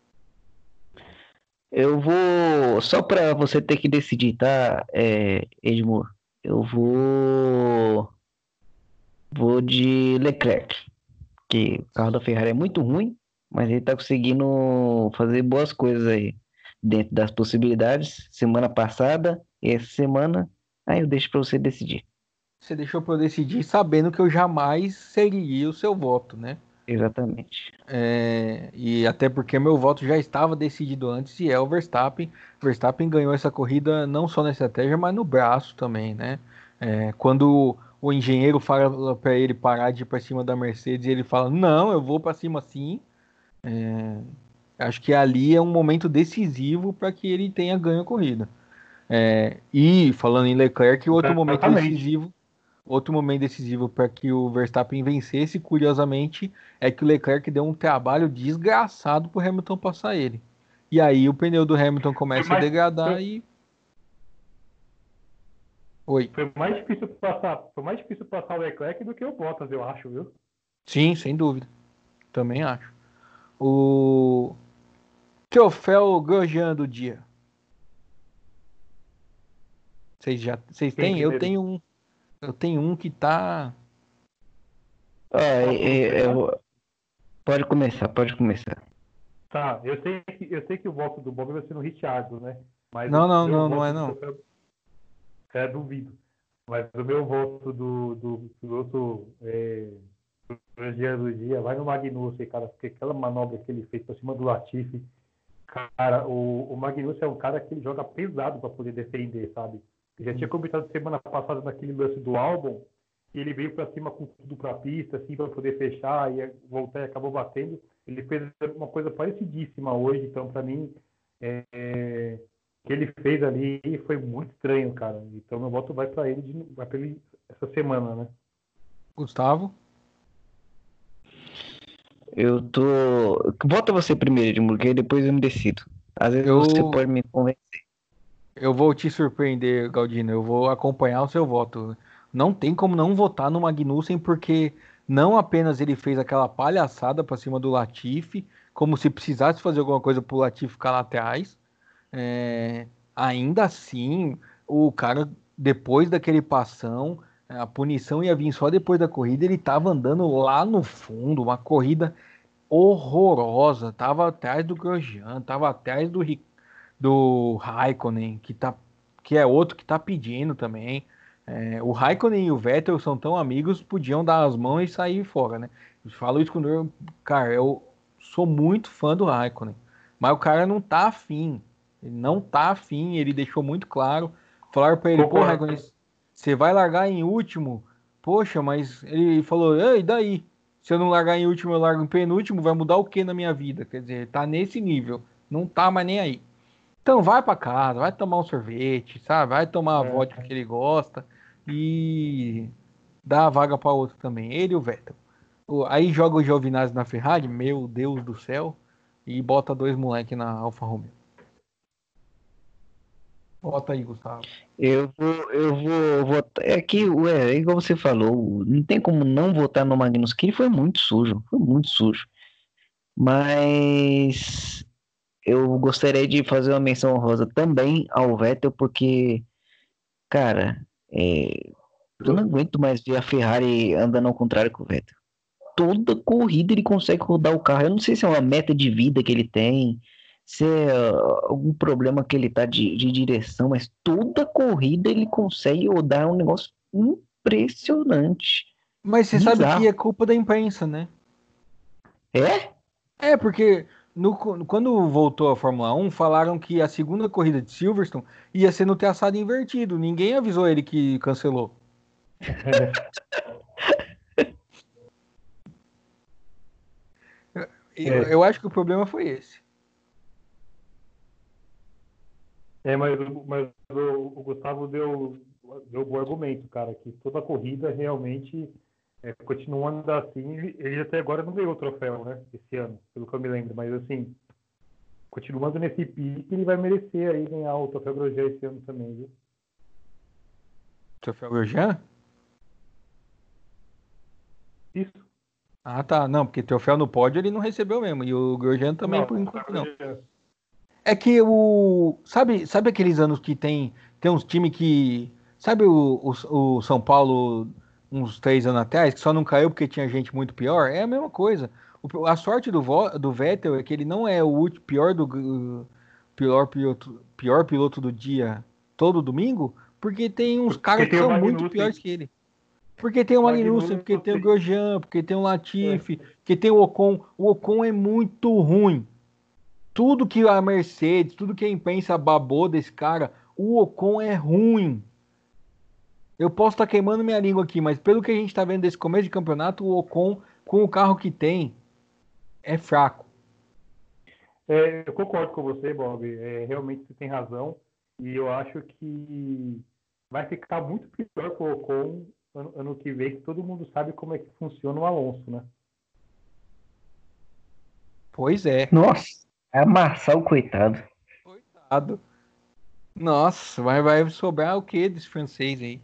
Eu vou. Só pra você ter que decidir, tá, Edmur? Eu vou. Vou de Leclerc. Que o carro da Ferrari é muito ruim, mas ele tá conseguindo fazer boas coisas aí. Dentro das possibilidades. Semana passada, essa semana. Aí eu deixo pra você decidir. Você deixou para eu decidir sabendo que eu jamais seguiria o seu voto, né? Exatamente. E até porque meu voto já estava decidido antes e é o Verstappen. Verstappen ganhou essa corrida não só na estratégia, mas no braço também, né? Quando o engenheiro fala para ele parar de ir para cima da Mercedes e ele fala, não, eu vou para cima sim. Acho que ali é um momento decisivo para que ele tenha ganho a corrida. E falando em Leclerc, Exatamente. outro momento decisivo para que o Verstappen vencesse, curiosamente, é que o Leclerc deu um trabalho desgraçado para o Hamilton passar ele. E aí o pneu do Hamilton Foi começa a mais, degradar foi, e. Oi. foi mais difícil passar o Leclerc do que o Bottas, eu acho, viu? Sim, sem dúvida. Também acho. O troféu Grosjean do dia. Vocês Quem têm? primeiro? Eu tenho um que tá. Posso começar? Pode começar, pode começar. Tá, eu sei que o voto do Bob vai ser no Richardo, né? Mas Não, o não, meu não, não é voto do não. troféu duvido. Mas o meu voto do piloto do dia vai no Magnussen, cara, porque aquela manobra que ele fez por cima do Latifi, cara, o Magnussen é um cara que ele joga pesado para poder defender, sabe? Eu já tinha comentado semana passada naquele lance do Albon, e ele veio para cima com tudo para a pista, assim, para poder fechar, e voltar e acabou batendo. Ele fez uma coisa parecidíssima hoje, então, para mim, o que ele fez ali foi muito estranho, cara. Então, meu voto vai para ele essa semana, né? Gustavo? Eu tô. Vota você primeiro, Edmundo, que aí depois eu me decido. Às vezes você Eu, pode me convencer. eu vou te surpreender, Galdino. Eu vou acompanhar o seu voto. Não tem como não votar no Magnussen, porque não apenas ele fez aquela palhaçada pra cima do Latifi, como se precisasse fazer alguma coisa pro Latifi ficar lá atrás. Ainda assim, o cara, depois daquele passão, a punição ia vir só depois da corrida. Ele tava andando lá no fundo, uma corrida horrorosa. Tava atrás do Grosjean, tava atrás do Raikkonen, que é outro que tá pedindo também. O Raikkonen e o Vettel são tão amigos, podiam dar as mãos e sair fora, né? Eu falo isso quando cara, eu sou muito fã do Raikkonen, mas o cara não tá afim. Ele não tá afim, ele deixou muito claro. Falaram pra ele, pô, Concordo. Raikkonen, você vai largar em último? Poxa, mas ele falou, e daí? Se eu não largar em último, eu largo em penúltimo, vai mudar o que na minha vida? Quer dizer, tá nesse nível, não tá mais nem aí. Então vai pra casa, vai tomar um sorvete, sabe? Vai tomar a vodka que ele gosta e dá a vaga para outro também, ele e o Vettel. Aí joga o Giovinazzi na Ferrari, meu Deus do céu, e bota dois moleque na Alfa Romeo. Bota aí, Gustavo. Eu vou votar. É que, ué, é igual você falou, não tem como não votar no Magnus, que ele foi muito sujo, foi muito sujo. Mas eu gostaria de fazer uma menção honrosa também ao Vettel, porque, cara, eu não aguento mais ver a Ferrari andando ao contrário com o Vettel. Toda corrida ele consegue rodar o carro. Eu não sei se é uma meta de vida que ele tem, se é algum problema que ele tá de direção, mas toda corrida ele consegue rodar um negócio impressionante. Mas você sabe que Bizarro. é culpa da imprensa, né? É? Porque quando voltou a Fórmula 1, falaram que a segunda corrida de Silverstone ia ser no traçado invertido. Ninguém avisou ele que cancelou. Eu acho que o problema foi esse. Mas o Gustavo deu bom argumento, cara, que toda corrida realmente continuando assim, ele até agora não ganhou o troféu, né, esse ano, pelo que eu me lembro, mas assim, continuando nesse pique, ele vai merecer aí ganhar o troféu Grosjean esse ano também, viu? Troféu Grosjean? Isso? Ah, tá. Não, porque troféu no pódio ele não recebeu mesmo. E o Grosjean também, Não, por troféu enquanto, não. Grosjean. É que o. Sabe aqueles anos que tem uns times que. Sabe o São Paulo, uns 3 anos atrás, que só não caiu porque tinha gente muito pior? É a mesma coisa. A sorte do Vettel é que ele não é o pior piloto do dia todo domingo, porque tem uns Porque caras que tem o são muito Magnussen. piores que ele. Porque tem o Magnussen, Magnussen, porque tem o Grosjean, porque tem o Latifi, porque tem o Ocon. O Ocon é muito ruim. Tudo que a Mercedes, tudo que a imprensa babou desse cara, o Ocon é ruim. Eu posso estar queimando minha língua aqui, mas pelo que a gente está vendo desse começo de campeonato, o Ocon, com o carro que tem, é fraco. Eu concordo com você, Bob. Realmente você tem razão. E eu acho que vai ficar muito pior com o Ocon ano que vem, que todo mundo sabe como é que funciona o Alonso, né? Pois é. Nossa, amassar o coitado. Coitado. Nossa, vai sobrar o que desse francês aí?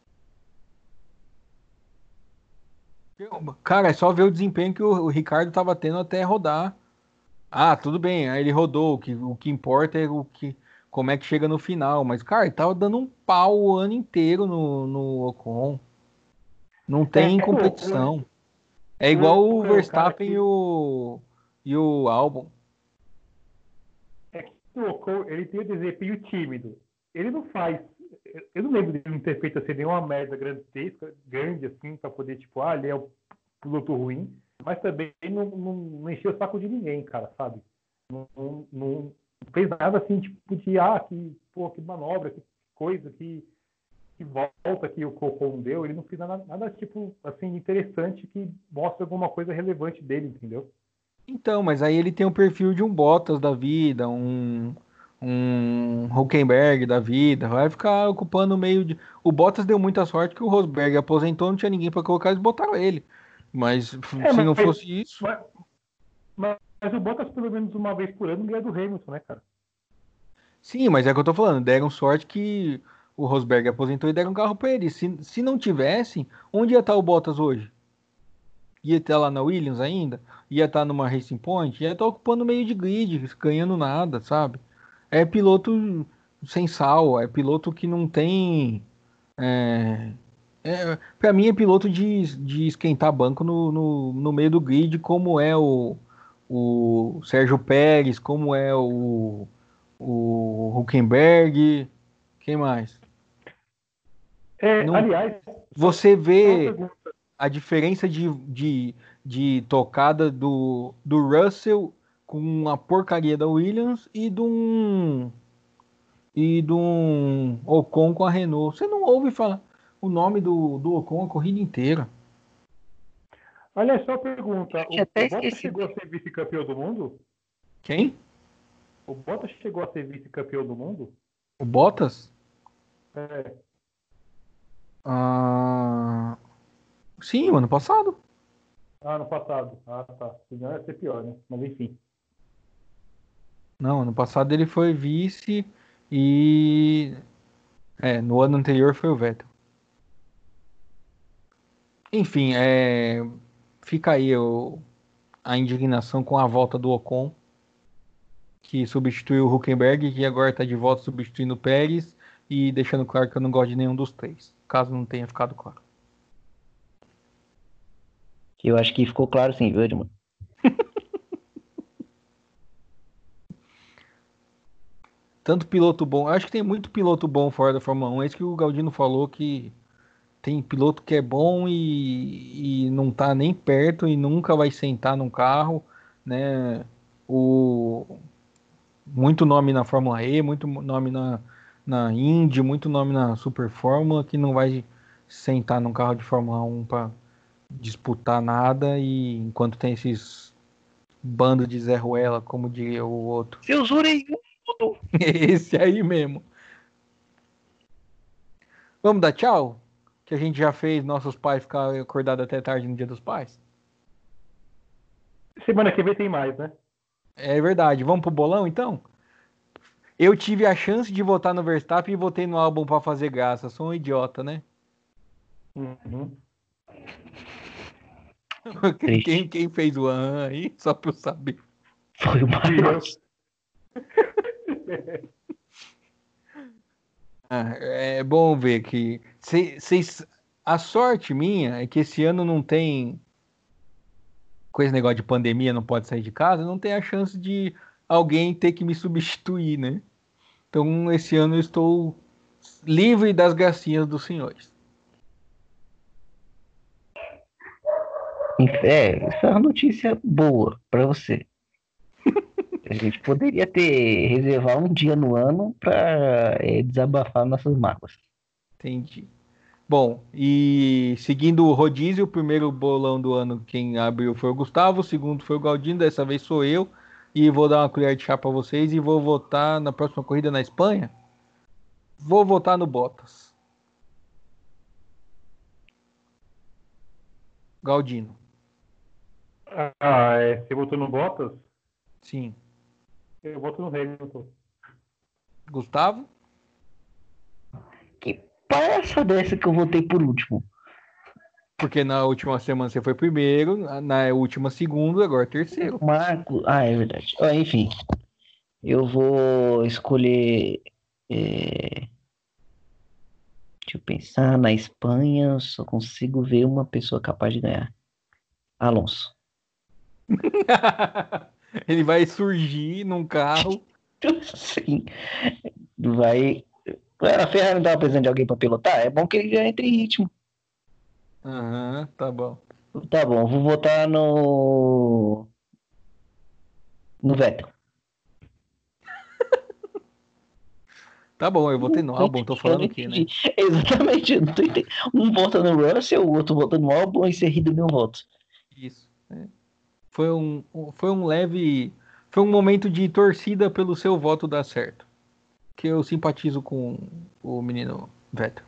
Cara, é só ver o desempenho que o Ricardo tava tendo até rodar. Ah, tudo bem, aí ele rodou. O que importa é como é que chega no final. Mas, cara, ele tava dando um pau o ano inteiro no Ocon. Não tem O Ocon, competição. É o igual o Ocon é um cara Verstappen que e o Albon. o Ocon, ele tem o desempenho tímido. Ele não faz. Eu não lembro de não ter feito assim nenhuma merda grande assim, pra poder, tipo, ele é o piloto ruim, mas também não encheu o saco de ninguém, cara, sabe? Não fez nada assim, tipo, que manobra, que coisa, que volta que o Ocon deu. Ele não fez nada, tipo, assim, interessante que mostra alguma coisa relevante dele, entendeu? Então, mas aí ele tem o perfil de um Bottas da vida, um Hülkenberg da vida, vai ficar ocupando o meio de. O Bottas deu muita sorte que o Rosberg aposentou, não tinha ninguém para colocar, eles botaram ele. Mas É, se mas, não fosse isso. mas, mas o Bottas, pelo menos uma vez por ano, ganha do Hamilton, né, cara? Sim, mas é o que eu tô falando, deram sorte que o Rosberg aposentou e deram um carro para ele. Se não tivessem, onde ia estar o Bottas hoje? Ia estar lá na Williams ainda? Ia estar numa Racing Point? Ia estar ocupando o meio de grid, ganhando nada, sabe? É piloto sem sal, é piloto que não tem. É, para mim é piloto de esquentar banco no meio do grid, como é o Sérgio Pérez, como é o Hülkenberg, quem mais? Não, Aliás, você só uma vê pergunta. a diferença de tocada do Russell com a porcaria da Williams e de um Ocon com a Renault. Você não ouve falar o nome do Ocon a corrida inteira. Aliás, só uma pergunta. Eu tinha O até Bottas esquecido. chegou a ser vice-campeão do mundo? Quem? O Bottas chegou a ser vice-campeão do mundo? O Bottas? É. Ah, sim, o ano passado. No passado. Tá. Senão ia ser pior, né? Mas enfim. Não, ano passado ele foi vice e no ano anterior foi o Vettel. Enfim, fica aí a indignação com a volta do Ocon, que substituiu o Hülkenberg, que agora está de volta substituindo o Pérez e deixando claro que eu não gosto de nenhum dos três, caso não tenha ficado claro. Eu acho que ficou claro sim, viu, Edmund? Tanto piloto bom, acho que tem muito piloto bom fora da Fórmula 1, é isso que o Galdino falou, que tem piloto que é bom e não tá nem perto e nunca vai sentar num carro, né? Muito nome na Fórmula E, muito nome na Indy, muito nome na Super Fórmula, que não vai sentar num carro de Fórmula 1 para disputar nada, e enquanto tem esses bandos de Zé Ruela, como diria o outro. Seus orelhudos! Esse aí mesmo. Vamos dar tchau? Que a gente já fez nossos pais ficar acordados até tarde no Dia dos Pais. Semana que vem tem mais, né? É verdade. Vamos pro bolão, então? Eu tive a chance de votar no Verstappen e votei no álbum para fazer graça. Sou um idiota, né? Uhum. Triste. Quem fez o aí? Só pra eu saber. Foi o Marcos. É bom ver que a sorte minha é que esse ano não tem, com esse negócio de pandemia, não pode sair de casa, não tem a chance de alguém ter que me substituir, né? Então esse ano eu estou livre das gracinhas dos senhores. Essa é uma notícia boa para você. A gente poderia reservar um dia no ano para desabafar nossas mágoas. Entendi. Bom, e seguindo o rodízio, o primeiro bolão do ano, quem abriu foi o Gustavo, o segundo foi o Galdino, dessa vez sou eu. E vou dar uma colher de chá para vocês e vou votar na próxima corrida na Espanha. Vou votar no Bottas. Galdino. Você votou no Bottas? Sim. Eu voto no Hamilton. Gustavo? Que palhaça dessa que eu votei por último? Porque na última semana você foi primeiro, na última segundo, agora terceiro. Marco. É verdade. Enfim, eu vou escolher. Deixa eu pensar. Na Espanha, eu só consigo ver uma pessoa capaz de ganhar: Alonso. Ele vai surgir num carro. Sim. Vai. A Ferrari não tava precisando de alguém para pilotar? É bom que ele já entre em ritmo. Aham, tá bom. Tá bom, vou votar no Vettel. Tá bom, eu votei no Albon, tô falando o quê, né? Exatamente, eu não tô entendendo. Um vota no Russell, o outro vota no Albon e você ri do meu voto. Isso. Foi um leve. Foi um momento de torcida pelo seu voto dar certo. Que eu simpatizo com o menino Vettel.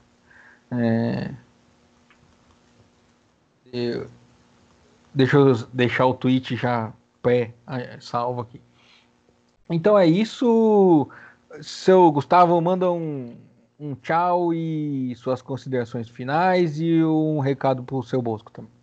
Deixa eu deixar o tweet já salvo aqui. Então é isso. Seu Gustavo, manda um tchau e suas considerações finais e um recado pro seu Bosco também.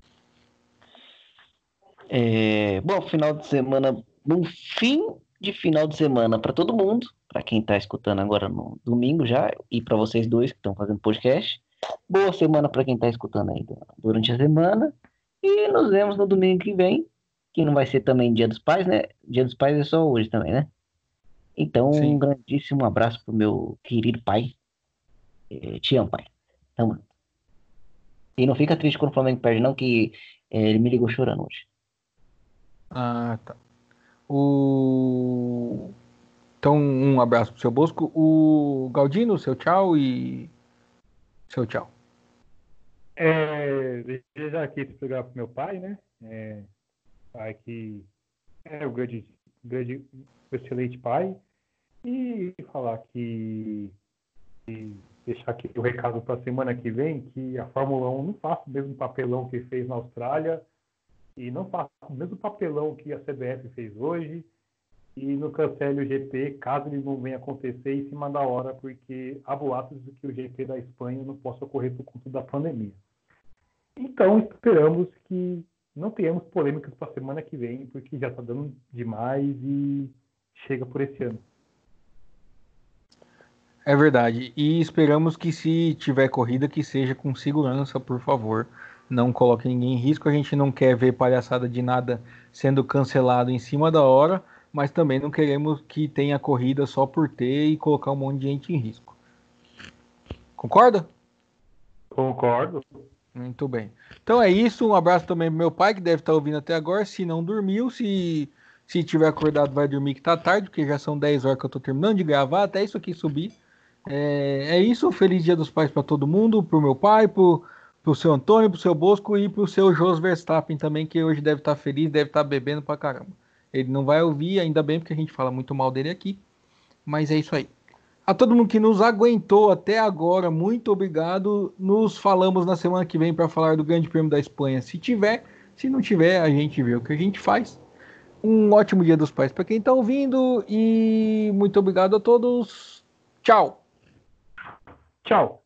Bom, final de semana, bom fim de final de semana para todo mundo, para quem está escutando agora no domingo já, e para vocês dois que estão fazendo podcast. Boa semana para quem está escutando aí durante a semana. E nos vemos no domingo que vem, que não vai ser também Dia dos Pais, né? Dia dos Pais é só hoje também, né? Então, um Sim. grandíssimo abraço pro meu querido pai. Te amo, pai. Tamo junto. E não fica triste quando o Flamengo perde, não, que ele me ligou chorando hoje. Ah, tá. Então, um abraço pro seu Bosco. O Galdino, seu tchau e seu tchau. Desejar aqui esse programa pro meu pai, né? Pai que é o grande, excelente pai. E falar que deixar aqui o recado para a semana que vem, que a Fórmula 1 não faça o mesmo papelão que fez na Austrália e não faça o mesmo papelão que a CBF fez hoje e não cancele o GP, caso ele não venha acontecer em cima da hora, porque há boatos de que o GP da Espanha não possa ocorrer por conta da pandemia. Então, esperamos que não tenhamos polêmicas para a semana que vem, porque já está dando demais e chega por esse ano. É verdade. E esperamos que se tiver corrida, que seja com segurança, por favor. Não coloque ninguém em risco. A gente não quer ver palhaçada de nada sendo cancelado em cima da hora, mas também não queremos que tenha corrida só por ter e colocar um monte de gente em risco. Concorda? Concordo. Muito bem. Então é isso. Um abraço também pro meu pai, que deve estar ouvindo até agora. Se não dormiu, se tiver acordado, vai dormir que tá tarde, porque já são 10 horas que eu tô terminando de gravar, até isso aqui subir. É isso. Feliz Dia dos Pais para todo mundo, pro meu pai, pro seu Antônio, pro seu Bosco e pro seu Jos Verstappen também, que hoje deve estar feliz, deve estar bebendo pra caramba. Ele não vai ouvir, ainda bem, porque a gente fala muito mal dele aqui. Mas é isso aí. A todo mundo que nos aguentou até agora, muito obrigado. Nos falamos na semana que vem para falar do Grande Prêmio da Espanha. Se tiver, se não tiver, a gente vê o que a gente faz. Um ótimo Dia dos Pais para quem está ouvindo e muito obrigado a todos. Tchau. Tchau.